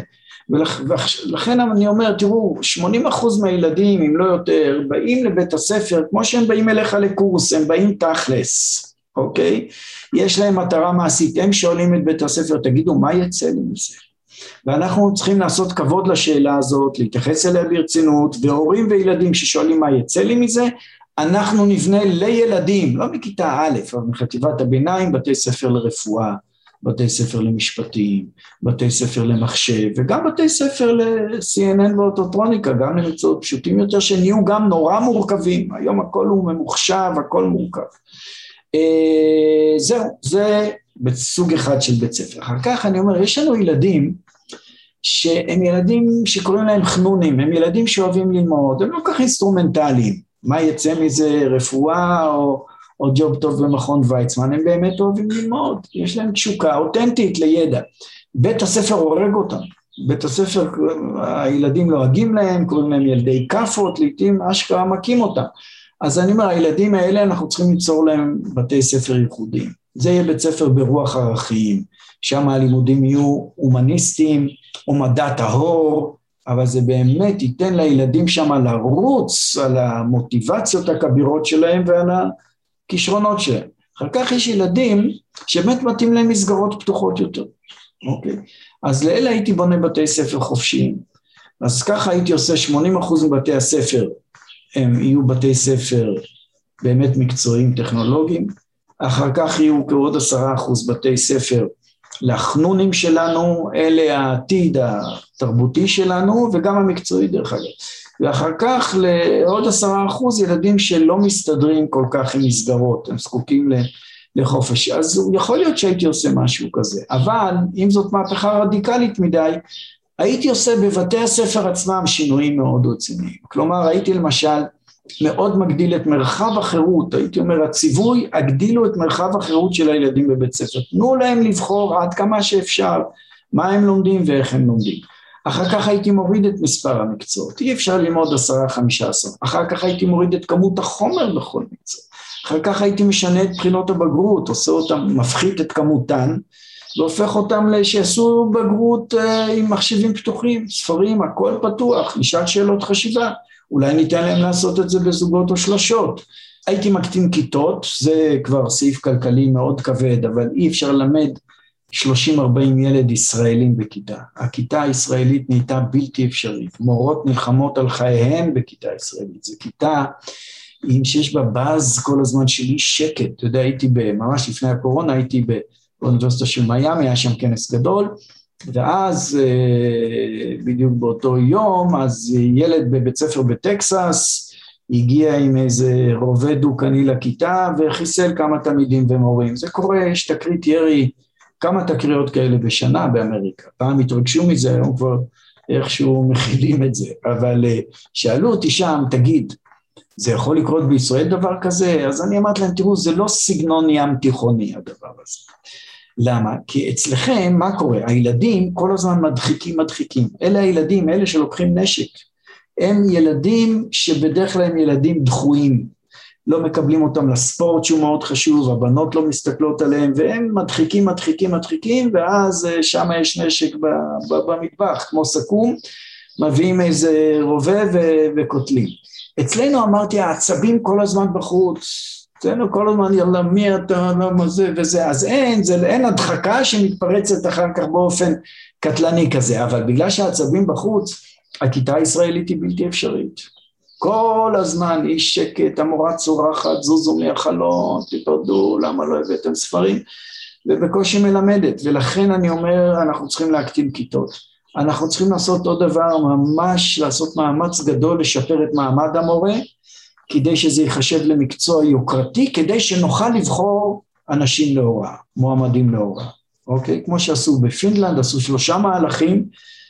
ולכן אני אומר, תראו, 80% מהילדים, אם לא יותר, באים לבית הספר, כמו שהם באים אליך לקורס, הם באים תכלס, אוקיי? יש להם מטרה מעשית, הם שואלים את בית הספר, תגידו, מה יצא לי מזה? ואנחנו צריכים לעשות כבוד לשאלה הזאת, להתייחס אליה ברצינות, והורים וילדים ששואלים מה יצא לי מזה, אנחנו נבנה לילדים, לא מכיתה א', אבל מחטיבת הביניים, בתי ספר לרפואה, בתי ספר למשפטים, בתי ספר למחשב, וגם בתי ספר ל-CNN ואוטוטרוניקה, גם למקצועות פשוטים יותר, שנהיו גם נורא מורכבים, היום הכל הוא ממוחשב, הכל מורכב. זהו, זה בסוג אחד של בית ספר. אחר כך אני אומר, יש לנו ילדים, שהם ילדים שקוראים להם חנונים, הם ילדים שאוהבים ללמוד, הם לא כך אינסטרומנטליים, מה יצא מזה, רפואה או ג'וב טוב במכון ויצמן, הם באמת אוהבים ללמוד, יש להם תשוקה אותנטית לידע. בית הספר הורג אותם, בית הספר, הילדים לועגים להם, קוראים להם ילדי קפות, לעתים אשכרה מכים אותם. אז אני אומר, הילדים האלה אנחנו צריכים ליצור להם בתי ספר ייחודיים. זה יהיה בית ספר ברוח ערכיים, שם הלימודים יהיו הומניסטיים או מדע טהור, אבל זה באמת ייתן לילדים שם לרוץ על המוטיבציות הכבירות שלהם ועל הכישרונות שלהם. אחר כך יש ילדים שבאמת מתאים להם מסגרות פתוחות יותר. אוקיי? אז לאלה הייתי בונה בתי ספר חופשיים. אז ככה הייתי עושה 80% מבתי הספר, הם יהיו בתי ספר באמת מקצועיים טכנולוגיים, אחר כך יהיו כעוד 10% בתי ספר לחנונים שלנו, אלה העתיד התרבותי שלנו וגם המקצועי דרך אגב. ואחר כך לעוד 10% ילדים שלא מסתדרים כל כך עם מסגרות, הם זקוקים לחופש. אז יכול להיות שהייתי עושה משהו כזה, אבל אם זאת מהפכה רדיקלית מדי, הייתי עושה בבתי הספר עצמם שינויים מאוד רציניים. כלומר, הייתי למשל מאוד מגדיל את מרחב החירות, הייתי אומר, הציווי, הגדילו את מרחב החירות של הילדים בבית ספר, תנו להם לבחור עד כמה שאפשר, מה הם לומדים ואיך הם לומדים. אחר כך הייתי מוריד את מספר המקצועות, אי אפשר ללמוד 10-15, אחר כך הייתי מוריד את כמות החומר בכל מקצוע, אחר כך הייתי משנה את בחינות הבגרות, עושה אותם, מפחית את כמותן, והופך אותם שיעשו בגרות עם מחשבים פתוחים, ספרים, הכל פתוח, נשאל שאלות חשיבה, אולי ניתן להם לעשות את זה בזוגות או שלשות. הייתי מקטין כיתות, זה כבר סעיף כלכלי מאוד כבד, אבל אי אפשר ללמד 30-40 ילד ישראלים בכיתה. הכיתה הישראלית נהייתה בלתי אפשרית, מורות נלחמות על חייהם בכיתה ישראלית, זו כיתה שיש בה באז כל הזמן שלי שקט, אתה יודע, הייתי ממש לפני הקורונה, הייתי באוניברסיטה של מיאמי, היה שם כנס גדול, ואז בדיוק באותו יום, אז ילד בבית ספר בטקסס, הגיע עם איזה רובה דוקני לכיתה, וחיסל כמה תלמידים ומורים. זה קורה, יש תקרית ירי, כמה תקריות כאלה בשנה באמריקה. פעם התרגשו מזה, היום כבר איכשהו מכילים את זה. אבל שאלו אותי שם, תגיד, זה יכול לקרות בישראל דבר כזה? אז אני אמרתי להם, תראו, זה לא סגנון ים תיכוני הדבר הזה. למה? כי אצלכם, מה קורה? הילדים כל הזמן מדחיקים. אלה הילדים, אלה שלוקחים נשק. הם ילדים שבדרך כלל הם ילדים דחויים. לא מקבלים אותם לספורט שהוא מאוד חשוב, הבנות לא מסתכלות עליהם, והם מדחיקים, ואז שם יש נשק במטבח, כמו סכו"ם, מביאים איזה רובה וקוטלים. אצלנו אמרתי, העצבים כל הזמן בחוץ, אצלנו כל הזמן יאללה מי אתה, למה זה וזה, אז אין הדחקה שמתפרצת אחר כך באופן קטלני כזה, אבל בגלל שהעצבים בחוץ, הכיתה הישראלית היא בלתי אפשרית. כל הזמן איש שקט, המורה צורחת, זוזו מהחלון, תתעודו, למה לא הבאתם ספרים, ובקושי מלמדת, ולכן אני אומר, אנחנו צריכים להקטין כיתות. אנחנו צריכים לעשות עוד דבר, ממש לעשות מאמץ גדול, לשפר את מעמד המורה, כדי שזה ייחשב למקצוע יוקרתי, כדי שנוכל לבחור אנשים להוראה, מועמדים להוראה. אוקיי? כמו שעשו בפינלנד, עשו 3 מהלכים,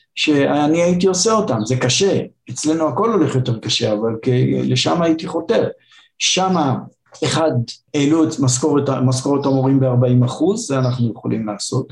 שאני הייתי עושה אותם, זה קשה, אצלנו הכל הולך יותר קשה, אבל לשם הייתי חותר. שם, אחד, העלו את משכורת המורים ב-40%, זה אנחנו יכולים לעשות.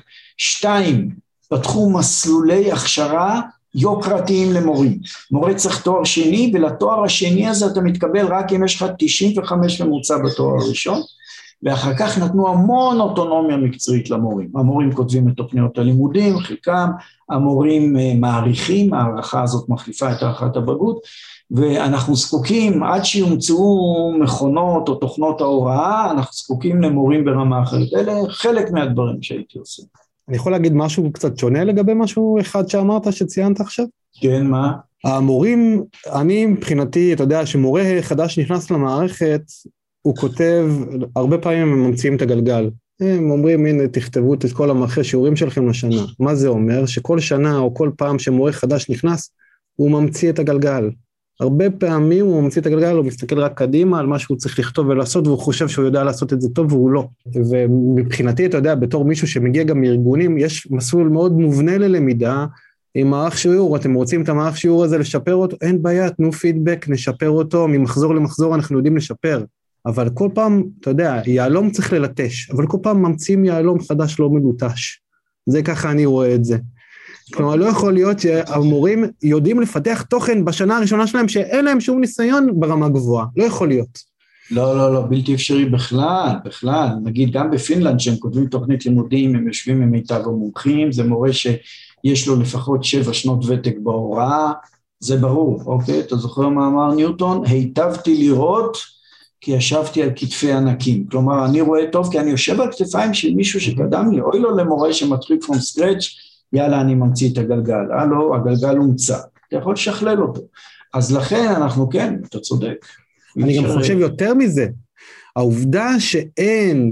2, פתחו מסלולי הכשרה יוקרתיים למורים. מורה צריך תואר שני, ולתואר השני הזה אתה מתקבל רק אם יש לך 95 ממוצע בתואר הראשון, ואחר כך נתנו המון אוטונומיה מקצועית למורים. המורים כותבים את תוכניות הלימודים, חלקם, המורים מעריכים, הערכה הזאת מחליפה את הערכת הבגרות, ואנחנו זקוקים, עד שיומצאו מכונות או תוכנות ההוראה, אנחנו זקוקים למורים ברמה אחרת. אלה חלק מהדברים שהייתי עושה. אני יכול להגיד משהו קצת שונה לגבי משהו אחד שאמרת, שציינת עכשיו? כן, מה? המורים, אני מבחינתי, אתה יודע, שמורה חדש נכנס למערכת, הוא כותב, הרבה פעמים הם ממציאים את הגלגל. הם אומרים, הנה, תכתבו את כל המערכי שיעורים שלכם לשנה. מה זה אומר? שכל שנה או כל פעם שמורה חדש נכנס, הוא ממציא את הגלגל. הרבה פעמים הוא ממציא את הגלגל, הוא מסתכל רק קדימה על מה שהוא צריך לכתוב ולעשות, והוא חושב שהוא יודע לעשות את זה טוב, והוא לא. ומבחינתי, אתה יודע, בתור מישהו שמגיע גם מארגונים, יש מסלול מאוד מובנה ללמידה, עם מערך שיעור, אתם רוצים את המערך שיעור הזה לשפר אותו, אין בעיה, תנו פידבק, נשפר אותו, ממחזור למחזור אנחנו יודעים לשפר. אבל כל פעם, אתה יודע, יעלום צריך ללטש, אבל כל פעם ממציאים יעלום חדש לא מלוטש. זה ככה אני רואה את זה. כלומר, לא יכול להיות שהמורים יודעים לפתח תוכן בשנה הראשונה שלהם, שאין להם שום ניסיון ברמה גבוהה. לא יכול להיות. לא, בלתי אפשרי בכלל. נגיד גם בפינלנד, שהם כותבים תוכנית לימודים, הם יושבים עם מיטב המומחים, זה מורה שיש לו לפחות 7 שנות ותק בהוראה, זה ברור, אוקיי? אתה זוכר מה אמר ניוטון? היטבתי לראות, כי ישבתי על כתפי ענקים. כלומר, אני רואה טוב, כי אני יושב על כתפיים של מישהו שקדם לי, אוי לו למורה שמתחיל from scratch, יאללה, אני ממציא את הגלגל. הגלגל הומצא. אתה יכול לשכלל אותו. אז לכן אנחנו כן, אתה צודק. אני גם חושב יותר מזה, העובדה שאין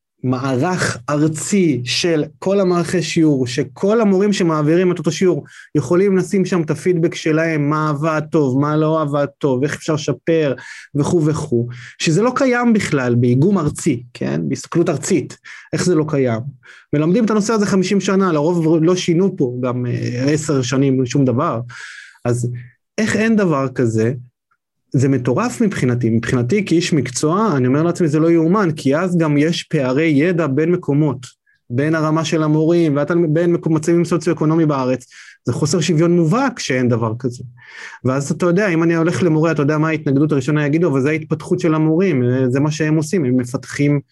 מערך ארצי של כל המערכי שיעור, שכל המורים שמעבירים את אותו שיעור, יכולים לשים שם את הפידבק שלהם, מה עבד טוב, מה לא עבד טוב, איך אפשר לשפר, וכו' וכו', שזה לא קיים בכלל, באיגום ארצי, כן? בהסתכלות ארצית, איך זה לא קיים. מלמדים את הנושא הזה 50 שנה, לרוב לא שינו פה, גם 10 שנים, שום דבר. אז איך אין דבר כזה? זה מטורף מבחינתי כאיש מקצוע, אני אומר לעצמי זה לא יאומן, כי אז גם יש פערי ידע בין מקומות, בין הרמה של המורים, בין מצבים סוציו-אקונומי בארץ, זה חוסר שוויון מובהק שאין דבר כזה. ואז אתה יודע, אם אני הולך למורה, אתה יודע מה ההתנגדות הראשונה יגידו, אבל זה ההתפתחות של המורים, זה מה שהם עושים, הם מפתחים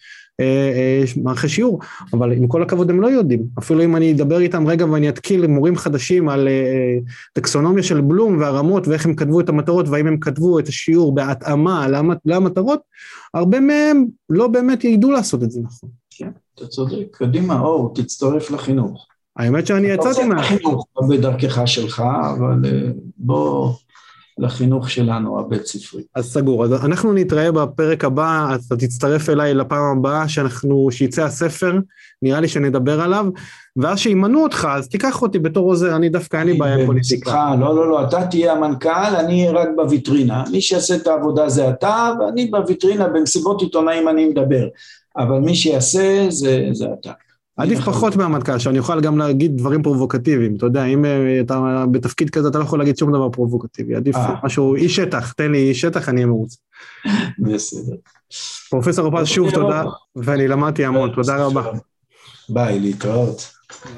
מערכי שיעור, אבל עם כל הכבוד הם לא יודעים, אפילו אם אני אדבר איתם רגע ואני אתקיל מורים חדשים על טקסונומיה של בלום והרמות ואיך הם כתבו את המטרות, והאם הם כתבו את השיעור בהתאמה למטרות, הרבה מהם לא באמת ידעו לעשות את זה נכון. כן, אתה צודק, קדימה, אור, תצטרף לחינוך. האמת שאני יצאתי מהחינוך בדרכך שלך, אבל בוא לחינוך שלנו, הבית ספרי. אז סגור, אז אנחנו נתראה בפרק הבא, אז אתה תצטרף אליי לפעם הבאה, שיצא הספר, נראה לי שנדבר עליו, ואז שימנו אותך, אז תיקח אותי בתור עוזר, אני דווקא אין לי בעיה פוליטיקה. לא, אתה תהיה המנכ"ל, אני רק בוויטרינה, מי שיעשה את העבודה זה אתה, ואני בוויטרינה, במסיבות עיתונאים אני מדבר, אבל מי שיעשה זה אתה. עדיף פחות מהמנכ"ל, שאני אוכל גם להגיד דברים פרובוקטיביים, אתה יודע, אם אתה בתפקיד כזה, אתה לא יכול להגיד שום דבר פרובוקטיבי, עדיף משהו, איש שטח, תן לי איש שטח, אני אהיה מרוצה. בסדר. פרופסור הרפז, שוב תודה, ואני למדתי המון, תודה רבה. ביי, להתראות.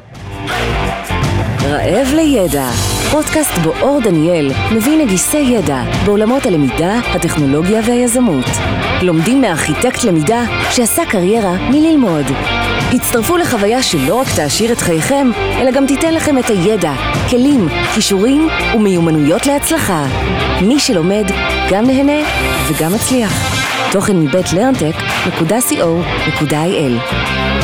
רעב לידע, פודקאסט בו אור דניאל מביא נגיסי ידע בעולמות הלמידה, הטכנולוגיה והיזמות. לומדים מארכיטקט למידה שעשה קריירה מללמוד. הצטרפו לחוויה שלא רק תעשיר את חייכם, אלא גם תיתן לכם את הידע, כלים, כישורים ומיומנויות להצלחה. מי שלומד גם נהנה וגם מצליח. תוכן מבית learntech.co.il